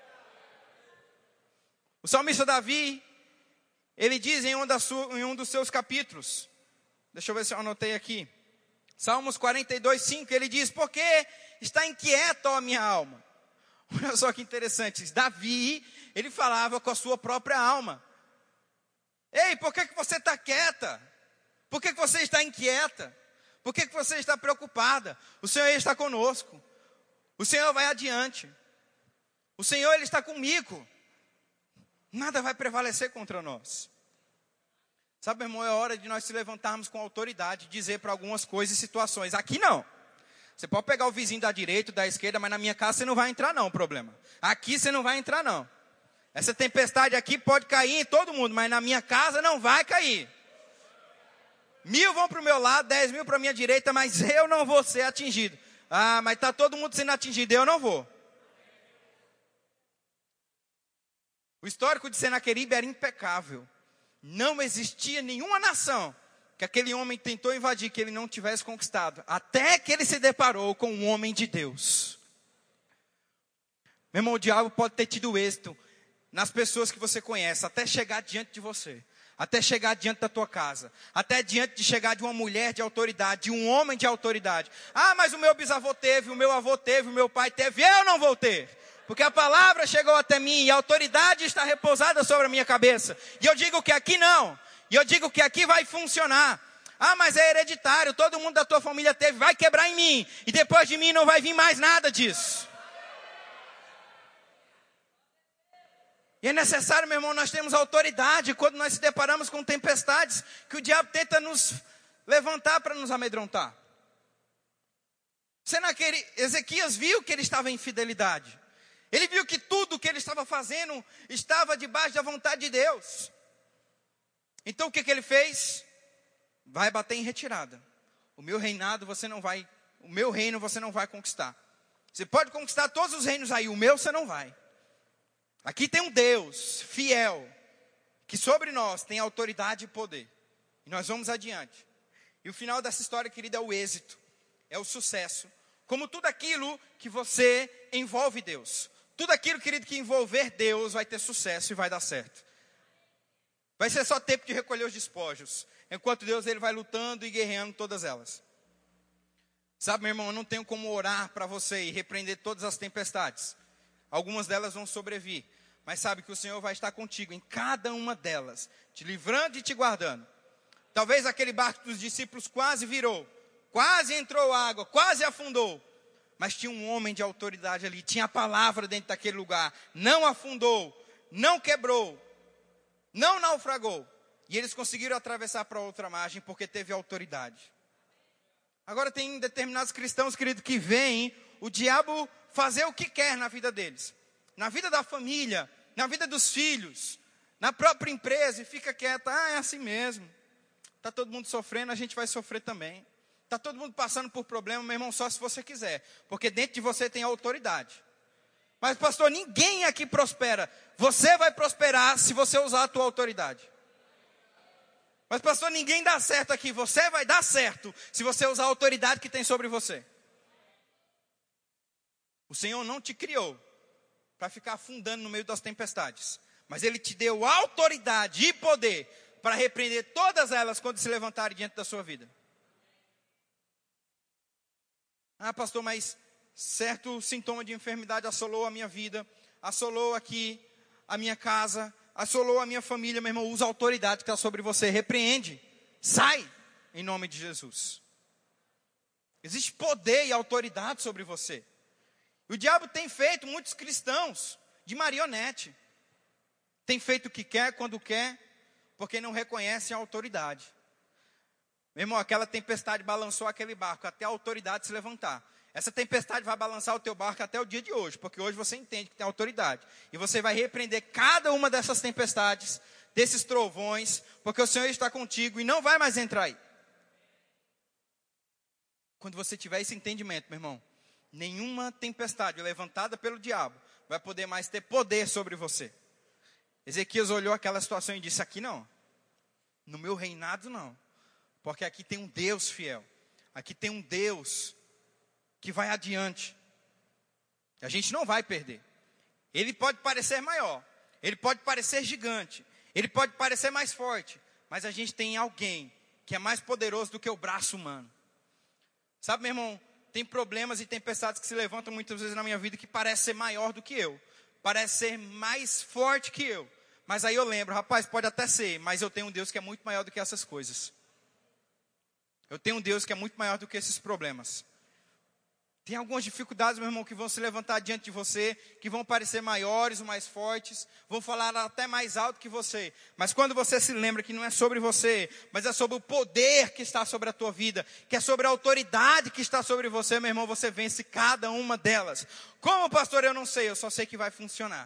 O salmista Davi, ele diz em um, da sua, em um dos seus capítulos, deixa eu ver se eu anotei aqui, Salmos quarenta e dois, cinco, ele diz: porque está inquieta, ó minha alma. Olha só que interessante, Davi, ele falava com a sua própria alma. Ei, por que, que você está quieta? Por que, que você está inquieta? Por que, que você está preocupada? O Senhor está conosco. O Senhor vai adiante. O Senhor, ele está comigo. Nada vai prevalecer contra nós. Sabe, meu irmão, é hora de nós se levantarmos com autoridade e dizer para algumas coisas e situações: aqui não. Você pode pegar o vizinho da direita, da esquerda, mas na minha casa você não vai entrar não, o problema. Aqui você não vai entrar não. Essa tempestade aqui pode cair em todo mundo, mas na minha casa não vai cair. Mil vão para o meu lado, dez mil para a minha direita, mas eu não vou ser atingido. Ah, mas está todo mundo sendo atingido, eu não vou. O histórico de Senaqueribe era impecável. Não existia nenhuma nação que aquele homem tentou invadir, que ele não tivesse conquistado, até que ele se deparou com um homem de Deus. Meu irmão, o diabo pode ter tido êxito nas pessoas que você conhece, até chegar diante de você, até chegar diante da tua casa, até diante de chegar de uma mulher de autoridade, de um homem de autoridade. Ah, mas o meu bisavô teve, o meu avô teve, o meu pai teve, eu não vou ter. porque a palavra chegou até mim e a autoridade está repousada sobre a minha cabeça. E eu digo que aqui não, e eu digo que aqui vai funcionar. Ah, mas é hereditário, todo mundo da tua família teve, vai quebrar em mim, e depois de mim não vai vir mais nada disso. E é necessário, meu irmão, nós temos autoridade quando nós se deparamos com tempestades que o diabo tenta nos levantar para nos amedrontar. Senaquele, Ezequias viu que ele estava em fidelidade. Ele viu que tudo que ele estava fazendo estava debaixo da vontade de Deus. Então o que, que ele fez? Vai bater em retirada. O meu reinado você não vai, o meu reino você não vai conquistar. Você pode conquistar todos os reinos aí, o meu você não vai. Aqui tem um Deus fiel, que sobre nós tem autoridade e poder. E nós vamos adiante. E o final dessa história, querida, é o êxito, é o sucesso. Como tudo aquilo que você envolve Deus. Tudo aquilo, querido, que envolver Deus vai ter sucesso e vai dar certo. Vai ser só tempo de recolher os despojos. Enquanto Deus ele vai lutando e guerreando todas elas. Sabe, meu irmão, eu não tenho como orar para você e repreender todas as tempestades. Algumas delas vão sobrevir. Mas sabe que o Senhor vai estar contigo em cada uma delas. Te livrando e te guardando. Talvez aquele barco dos discípulos quase virou. Quase entrou água, quase afundou. Mas tinha um homem de autoridade ali. Tinha a palavra dentro daquele lugar. Não afundou, não quebrou, não naufragou. E eles conseguiram atravessar para outra margem porque teve autoridade. Agora tem determinados cristãos, querido, que veem o diabo fazer o que quer na vida deles. Na vida da família, na vida dos filhos, na própria empresa. E fica quieta, ah, é assim mesmo. Está todo mundo sofrendo, a gente vai sofrer também. Está todo mundo passando por problema, meu irmão, só se você quiser. Porque dentro de você tem autoridade. Mas pastor, ninguém aqui prospera. Você vai prosperar se você usar a tua autoridade. Mas pastor, ninguém dá certo aqui. Você vai dar certo se você usar a autoridade que tem sobre você. O Senhor não te criou para ficar afundando no meio das tempestades. Mas Ele te deu autoridade e poder para repreender todas elas quando se levantarem diante da sua vida. Ah, pastor, mas certo sintoma de enfermidade assolou a minha vida, assolou aqui a minha casa, assolou a minha família, meu irmão, usa a autoridade que está sobre você, repreende, sai, em nome de Jesus. Existe poder e autoridade sobre você. O diabo tem feito muitos cristãos de marionete. Tem feito o que quer, quando quer, porque não reconhecem a autoridade. Meu irmão, aquela tempestade balançou aquele barco até a autoridade se levantar. Essa tempestade vai balançar o teu barco até o dia de hoje, porque hoje você entende que tem autoridade. E você vai repreender cada uma dessas tempestades, desses trovões, porque o Senhor está contigo e não vai mais entrar aí. Quando você tiver esse entendimento, meu irmão, nenhuma tempestade levantada pelo diabo vai poder mais ter poder sobre você. Ezequias olhou aquela situação e disse, aqui não. No meu reinado não. Porque aqui tem um Deus fiel. Aqui tem um Deus que vai adiante. A gente não vai perder. Ele pode parecer maior. Ele pode parecer gigante. Ele pode parecer mais forte. Mas a gente tem alguém que é mais poderoso do que o braço humano. Sabe, meu irmão, tem problemas e tempestades que se levantam muitas vezes na minha vida que parece ser maior do que eu. Parece ser mais forte que eu. Mas aí eu lembro, rapaz, pode até ser, mas eu tenho um Deus que é muito maior do que essas coisas. Eu tenho um Deus que é muito maior do que esses problemas. Tem algumas dificuldades, meu irmão, que vão se levantar diante de você, que vão parecer maiores ou mais fortes, vão falar até mais alto que você. Mas quando você se lembra que não é sobre você, mas é sobre o poder que está sobre a tua vida, que é sobre a autoridade que está sobre você, meu irmão, você vence cada uma delas. Como, pastor, eu não sei, eu só sei que vai funcionar.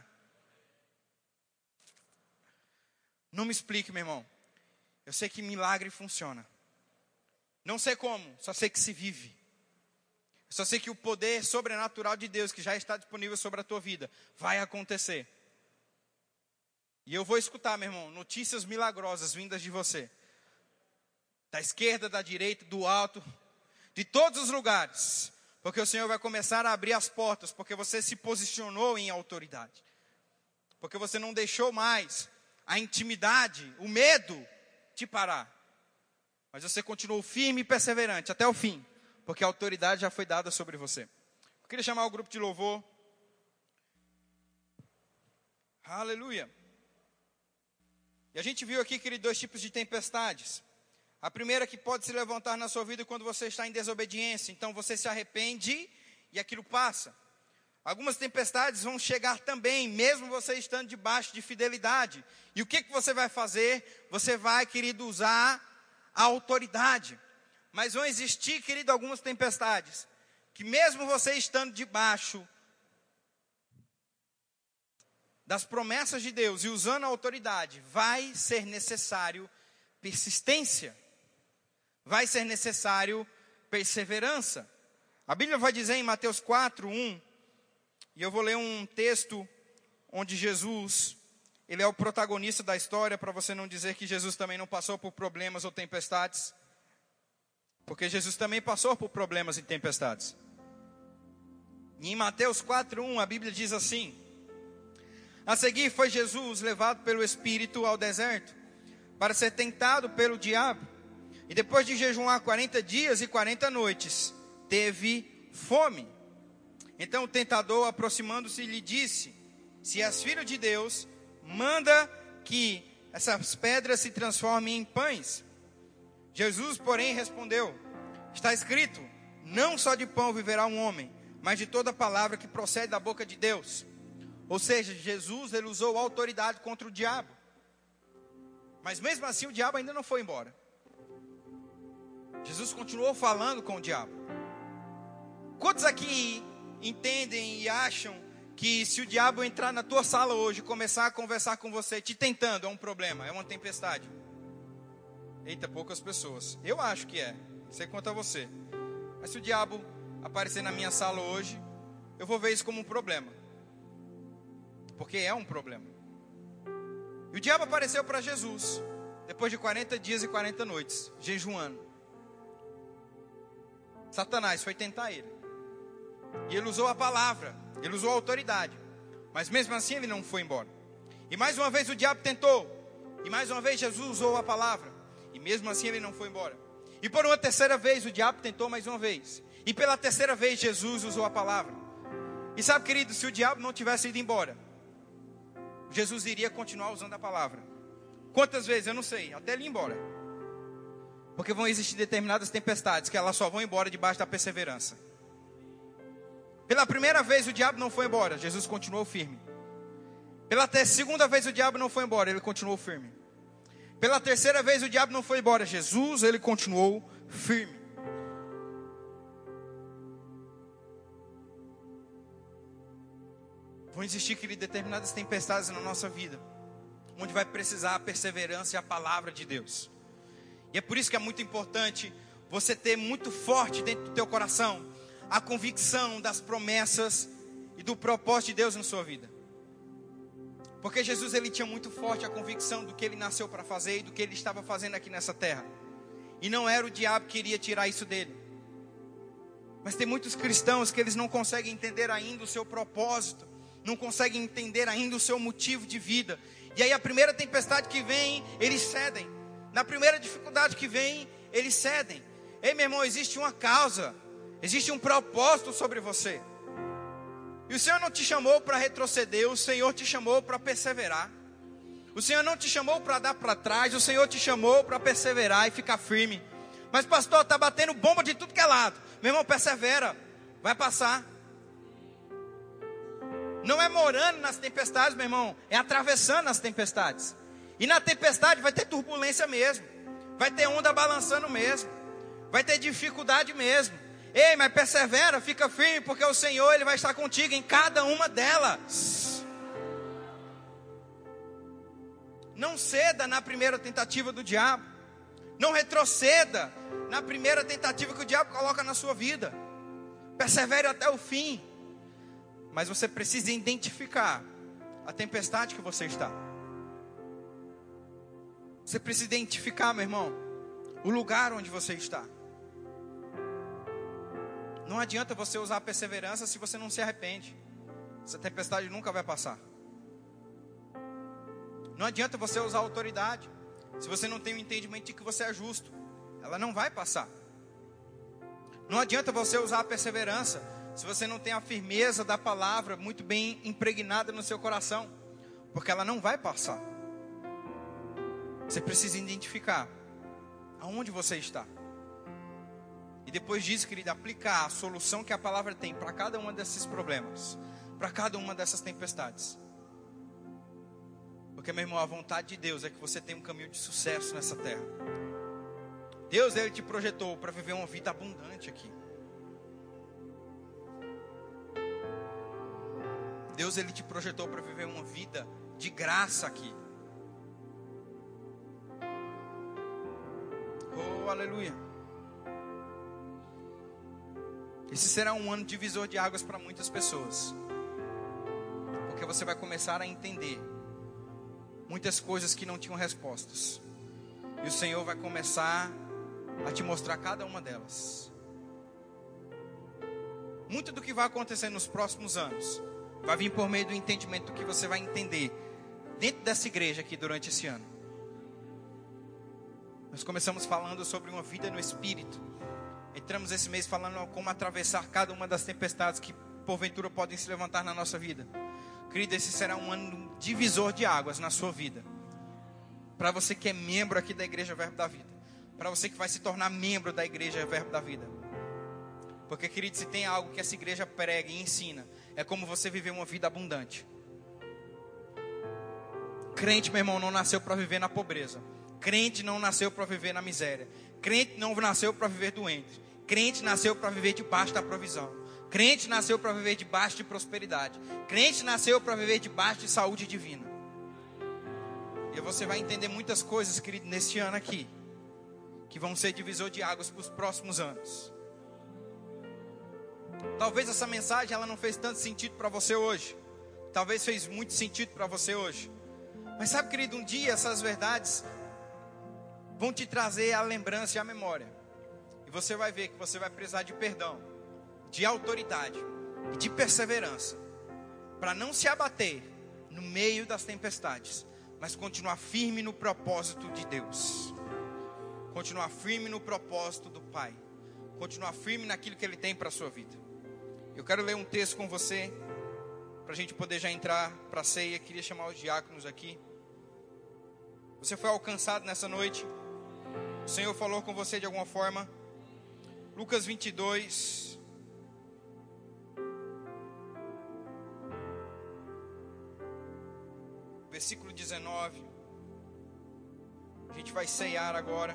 Não me explique, meu irmão. Eu sei que milagre funciona. Não sei como, só sei que se vive. Só sei que o poder sobrenatural de Deus que já está disponível sobre a tua vida vai acontecer. E eu vou escutar, meu irmão, notícias milagrosas vindas de você. Da esquerda, da direita, do alto, de todos os lugares. Porque o Senhor vai começar a abrir as portas, porque você se posicionou em autoridade. Porque você não deixou mais a intimidade, o medo te parar. Mas você continuou firme e perseverante até o fim. Porque a autoridade já foi dada sobre você. Eu queria chamar o grupo de louvor. Aleluia. E a gente viu aqui, querido, dois tipos de tempestades. A primeira que pode se levantar na sua vida quando você está em desobediência. Então você se arrepende e aquilo passa. Algumas tempestades vão chegar também, mesmo você estando debaixo de fidelidade. E o que, que você vai fazer? Você vai, querido, usar a autoridade. Mas vão existir, querido, algumas tempestades, que mesmo você estando debaixo das promessas de Deus e usando a autoridade, vai ser necessário persistência. Vai ser necessário perseverança. A Bíblia vai dizer em Mateus quatro, um, e eu vou ler um texto onde Jesus, ele é o protagonista da história, para você não dizer que Jesus também não passou por problemas ou tempestades. Porque Jesus também passou por problemas e tempestades. E em Mateus quatro, um, a Bíblia diz assim: a seguir foi Jesus levado pelo Espírito ao deserto, para ser tentado pelo diabo. E depois de jejuar quarenta dias e quarenta noites, teve fome. Então o tentador, aproximando-se, lhe disse: se és filho de Deus, manda que essas pedras se transformem em pães. Jesus, porém, respondeu: está escrito, não só de pão viverá um homem, mas de toda palavra que procede da boca de Deus. Ou seja, Jesus, ele usou autoridade contra o diabo. Mas mesmo assim o diabo ainda não foi embora. Jesus continuou falando com o diabo. Quantos aqui entendem e acham que se o diabo entrar na tua sala hoje e começar a conversar com você, te tentando, é um problema, é uma tempestade? Eita, poucas pessoas. Eu acho que é, não sei quanto a você. Mas se o diabo aparecer na minha sala hoje, eu vou ver isso como um problema. Porque é um problema. E o diabo apareceu para Jesus, depois de quarenta dias e quarenta noites, jejuando. Satanás foi tentar ele. E ele usou a palavra, ele usou a autoridade. Mas mesmo assim ele não foi embora. E mais uma vez o diabo tentou. E mais uma vez Jesus usou a palavra. E mesmo assim ele não foi embora. E por uma terceira vez o diabo tentou mais uma vez. E pela terceira vez Jesus usou a palavra. E sabe, querido, se o diabo não tivesse ido embora, Jesus iria continuar usando a palavra. Quantas vezes? Eu não sei, até ele ir embora. Porque vão existir determinadas tempestades que elas só vão embora debaixo da perseverança. Pela primeira vez o diabo não foi embora, Jesus continuou firme. Pela te- segunda vez o diabo não foi embora, ele continuou firme. Pela terceira vez o diabo não foi embora, Jesus, ele continuou firme. Vão existir, querido, determinadas tempestades na nossa vida, onde vai precisar a perseverança e a palavra de Deus. E é por isso que é muito importante você ter muito forte dentro do teu coração a convicção das promessas e do propósito de Deus na sua vida. Porque Jesus, ele tinha muito forte a convicção do que ele nasceu para fazer e do que ele estava fazendo aqui nessa terra. E não era o diabo que iria tirar isso dele. Mas tem muitos cristãos que eles não conseguem entender ainda o seu propósito, não conseguem entender ainda o seu motivo de vida. E aí a primeira tempestade que vem, eles cedem. Na primeira dificuldade que vem, eles cedem. Ei, meu irmão, existe uma causa, existe um propósito sobre você. E o Senhor não te chamou para retroceder, o Senhor te chamou para perseverar. O Senhor não te chamou para dar para trás, o Senhor te chamou para perseverar e ficar firme. Mas pastor, está batendo bomba de tudo que é lado. Meu irmão, persevera, vai passar. Não é morando nas tempestades, meu irmão, é atravessando as tempestades. E na tempestade vai ter turbulência mesmo, vai ter onda balançando mesmo, vai ter dificuldade mesmo. Ei, mas persevera, fica firme, porque o Senhor, ele vai estar contigo em cada uma delas. Não ceda na primeira tentativa do diabo. Não retroceda na primeira tentativa que o diabo coloca na sua vida. Persevere até o fim. Mas você precisa identificar a tempestade que você está. Você precisa identificar, meu irmão, o lugar onde você está. Não adianta você usar a perseverança se você não se arrepende. Essa tempestade nunca vai passar. Não adianta você usar a autoridade se você não tem o entendimento de que você é justo. Ela não vai passar. Não adianta você usar a perseverança se você não tem a firmeza da palavra muito bem impregnada no seu coração. porque ela não vai passar. Você precisa identificar aonde você está. E depois disso, querido, aplicar a solução que a palavra tem para cada um desses problemas, para cada uma dessas tempestades. Porque, meu irmão, a vontade de Deus é que você tenha um caminho de sucesso nessa terra. Deus, Ele te projetou para viver uma vida abundante aqui. Deus, Ele te projetou para viver uma vida de graça aqui. Oh, aleluia. Esse será um ano divisor de águas para muitas pessoas. Porque você vai começar a entender muitas coisas que não tinham respostas. E o Senhor vai começar a te mostrar cada uma delas. Muito do que vai acontecer nos próximos anos vai vir por meio do entendimento do que você vai entender dentro dessa igreja aqui durante esse ano. Nós começamos falando sobre uma vida no Espírito. Entramos esse mês falando como atravessar cada uma das tempestades que porventura podem se levantar na nossa vida. Querido, esse será um ano divisor de águas na sua vida. Para você que é membro aqui da Igreja Verbo da Vida. Para você que vai se tornar membro da Igreja Verbo da Vida. Porque, querido, se tem algo que essa igreja prega e ensina, é como você viver uma vida abundante. Crente, meu irmão, não nasceu para viver na pobreza. Crente não nasceu para viver na miséria. Crente não nasceu para viver doente. Crente nasceu para viver debaixo da provisão. Crente nasceu para viver debaixo de prosperidade. Crente nasceu para viver debaixo de saúde divina. E você vai entender muitas coisas, querido, neste ano aqui, que vão ser divisor de águas para os próximos anos. Talvez essa mensagem ela não fez tanto sentido para você hoje. Talvez fez muito sentido para você hoje. Mas sabe, querido, um dia essas verdades vão te trazer a lembrança e a memória. E você vai ver que você vai precisar de perdão, de autoridade e de perseverança. Para não se abater no meio das tempestades, mas continuar firme no propósito de Deus. Continuar firme no propósito do Pai. Continuar firme naquilo que Ele tem para a sua vida. Eu quero ler um texto com você, para a gente poder já entrar para a ceia. Queria chamar os diáconos aqui. Você foi alcançado nessa noite? O Senhor falou com você de alguma forma? Lucas vinte e dois. Versículo dezenove. A gente vai ceiar agora.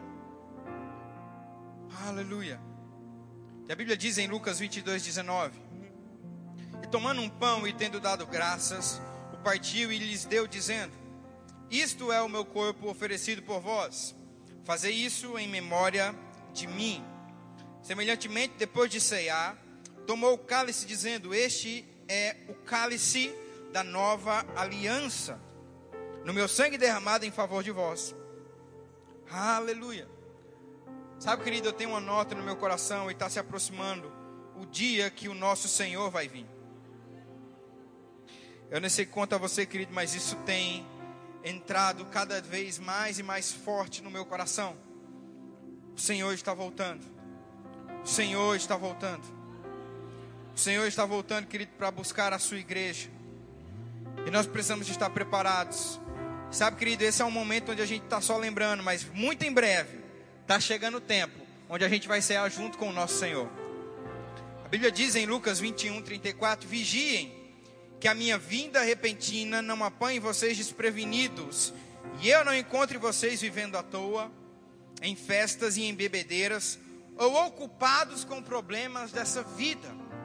Aleluia. E a Bíblia diz em Lucas vinte e dois, dezenove. E tomando um pão e tendo dado graças, o partiu e lhes deu, dizendo: isto é o meu corpo oferecido por vós. Fazei isso em memória de mim. Semelhantemente, depois de ceiar, tomou o cálice, dizendo: este é o cálice da nova aliança, no meu sangue derramado em favor de vós. Aleluia. Sabe, querido, eu tenho uma nota no meu coração e está se aproximando o dia que o nosso Senhor vai vir. Eu não sei quanto a você, querido, mas isso tem entrado cada vez mais e mais forte no meu coração. O Senhor está voltando. O Senhor está voltando. O Senhor está voltando, querido, para buscar a sua igreja. E nós precisamos estar preparados. Sabe, querido, esse é um momento onde a gente está só lembrando, mas muito em breve está chegando o tempo onde a gente vai cear junto com o nosso Senhor. A Bíblia diz em Lucas vinte e um, trinta e quatro: vigiem, que a minha vinda repentina não apanhe vocês desprevenidos, e eu não encontre vocês vivendo à toa, em festas e em bebedeiras, ou ocupados com problemas dessa vida.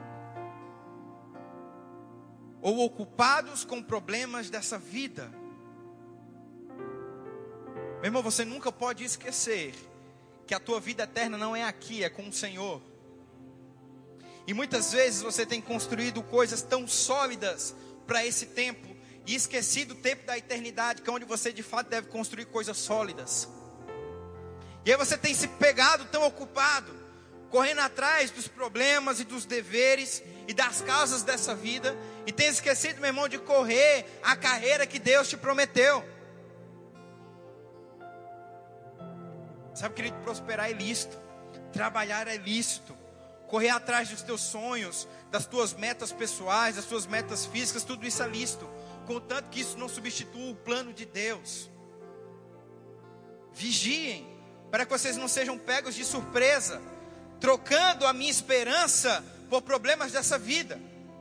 Ou ocupados com problemas dessa vida. Meu irmão, você nunca pode esquecer que a tua vida eterna não é aqui, é com o Senhor. E muitas vezes você tem construído coisas tão sólidas para esse tempo e esquecido o tempo da eternidade, que é onde você de fato deve construir coisas sólidas. E aí você tem se pegado tão ocupado, correndo atrás dos problemas e dos deveres e das causas dessa vida, e tem esquecido, meu irmão, de correr a carreira que Deus te prometeu. Sabe, querido, prosperar é lícito, trabalhar é lícito, correr atrás dos teus sonhos, das tuas metas pessoais, das tuas metas físicas, tudo isso é lícito. contanto que isso não substitua o plano de Deus. Vigiem, para que vocês não sejam pegos de surpresa, trocando a minha esperança por problemas dessa vida.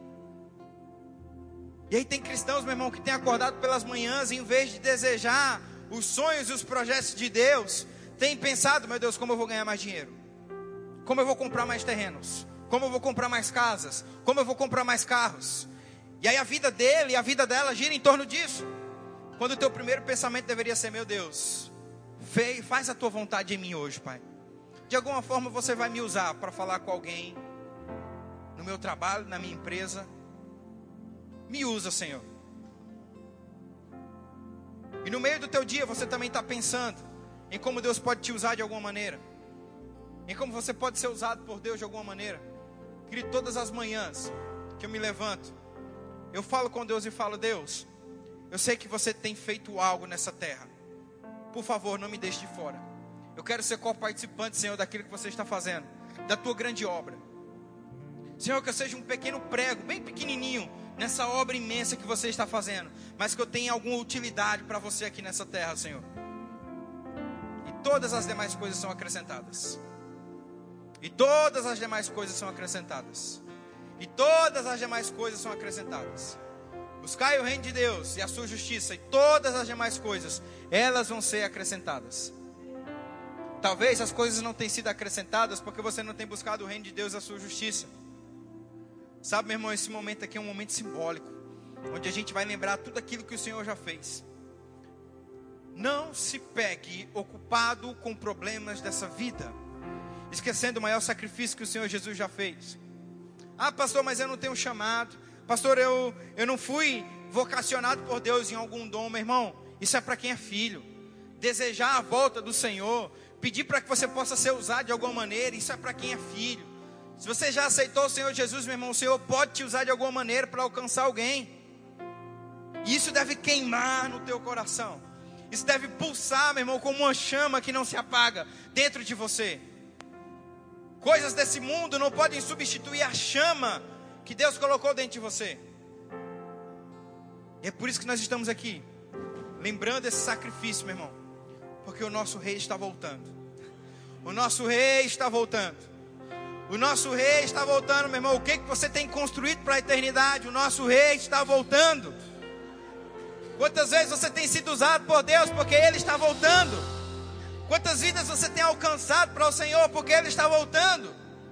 E aí tem cristãos, meu irmão, que têm acordado pelas manhãs e em vez de desejar os sonhos e os projetos de Deus, tem pensado, meu Deus, como eu vou ganhar mais dinheiro? Como eu vou comprar mais terrenos? Como eu vou comprar mais casas? Como eu vou comprar mais carros? E aí a vida dele e a vida dela gira em torno disso. Quando o teu primeiro pensamento deveria ser, meu Deus, faz a tua vontade em mim hoje, Pai. De alguma forma você vai me usar para falar com alguém, no meu trabalho, na minha empresa. Me usa, Senhor. E no meio do teu dia você também está pensando em como Deus pode te usar de alguma maneira, em como você pode ser usado por Deus de alguma maneira. Querido, todas as manhãs que eu me levanto, eu falo com Deus e falo: Deus, eu sei que você tem feito algo nessa terra. Por favor, não me deixe de fora. Eu quero ser co-participante, Senhor, daquilo que você está fazendo, da tua grande obra. Senhor, que eu seja um pequeno prego, bem pequenininho, nessa obra imensa que você está fazendo, mas que eu tenha alguma utilidade para você aqui nessa terra, Senhor. E todas as demais coisas são acrescentadas. E todas as demais coisas são acrescentadas. E todas as demais coisas são acrescentadas. Buscai o reino de Deus e a sua justiça, e todas as demais coisas, elas vão ser acrescentadas. Talvez as coisas não tenham sido acrescentadas porque você não tem buscado o reino de Deus e a sua justiça. Sabe, meu irmão, esse momento aqui é um momento simbólico, onde a gente vai lembrar tudo aquilo que o Senhor já fez. Não se pegue ocupado com problemas dessa vida, esquecendo o maior sacrifício que o Senhor Jesus já fez. Ah, pastor, mas eu não tenho chamado. Pastor, eu, eu não fui vocacionado por Deus em algum dom. Meu irmão, isso é para quem é filho. Desejar a volta do Senhor, pedir para que você possa ser usado de alguma maneira, isso é para quem é filho. Se você já aceitou o Senhor Jesus, meu irmão, o Senhor pode te usar de alguma maneira para alcançar alguém. E isso deve queimar no teu coração. Isso deve pulsar, meu irmão, como uma chama que não se apaga dentro de você. Coisas desse mundo não podem substituir a chama que Deus colocou dentro de você. E é por isso que nós estamos aqui, lembrando esse sacrifício, meu irmão, porque o nosso rei está voltando. O nosso rei está voltando. O nosso rei está voltando, meu irmão. O que, que você tem construído para a eternidade? O nosso rei está voltando. Quantas vezes você tem sido usado por Deus porque Ele está voltando? Quantas vidas você tem alcançado para o Senhor porque Ele está voltando?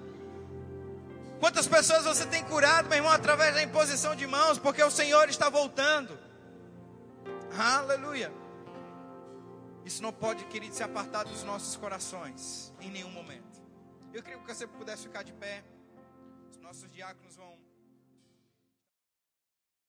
Quantas pessoas você tem curado, meu irmão, através da imposição de mãos porque o Senhor está voltando? Aleluia. Isso não pode, querido, se apartar dos nossos corações em nenhum momento. Eu queria que você pudesse ficar de pé. Os nossos diáconos vão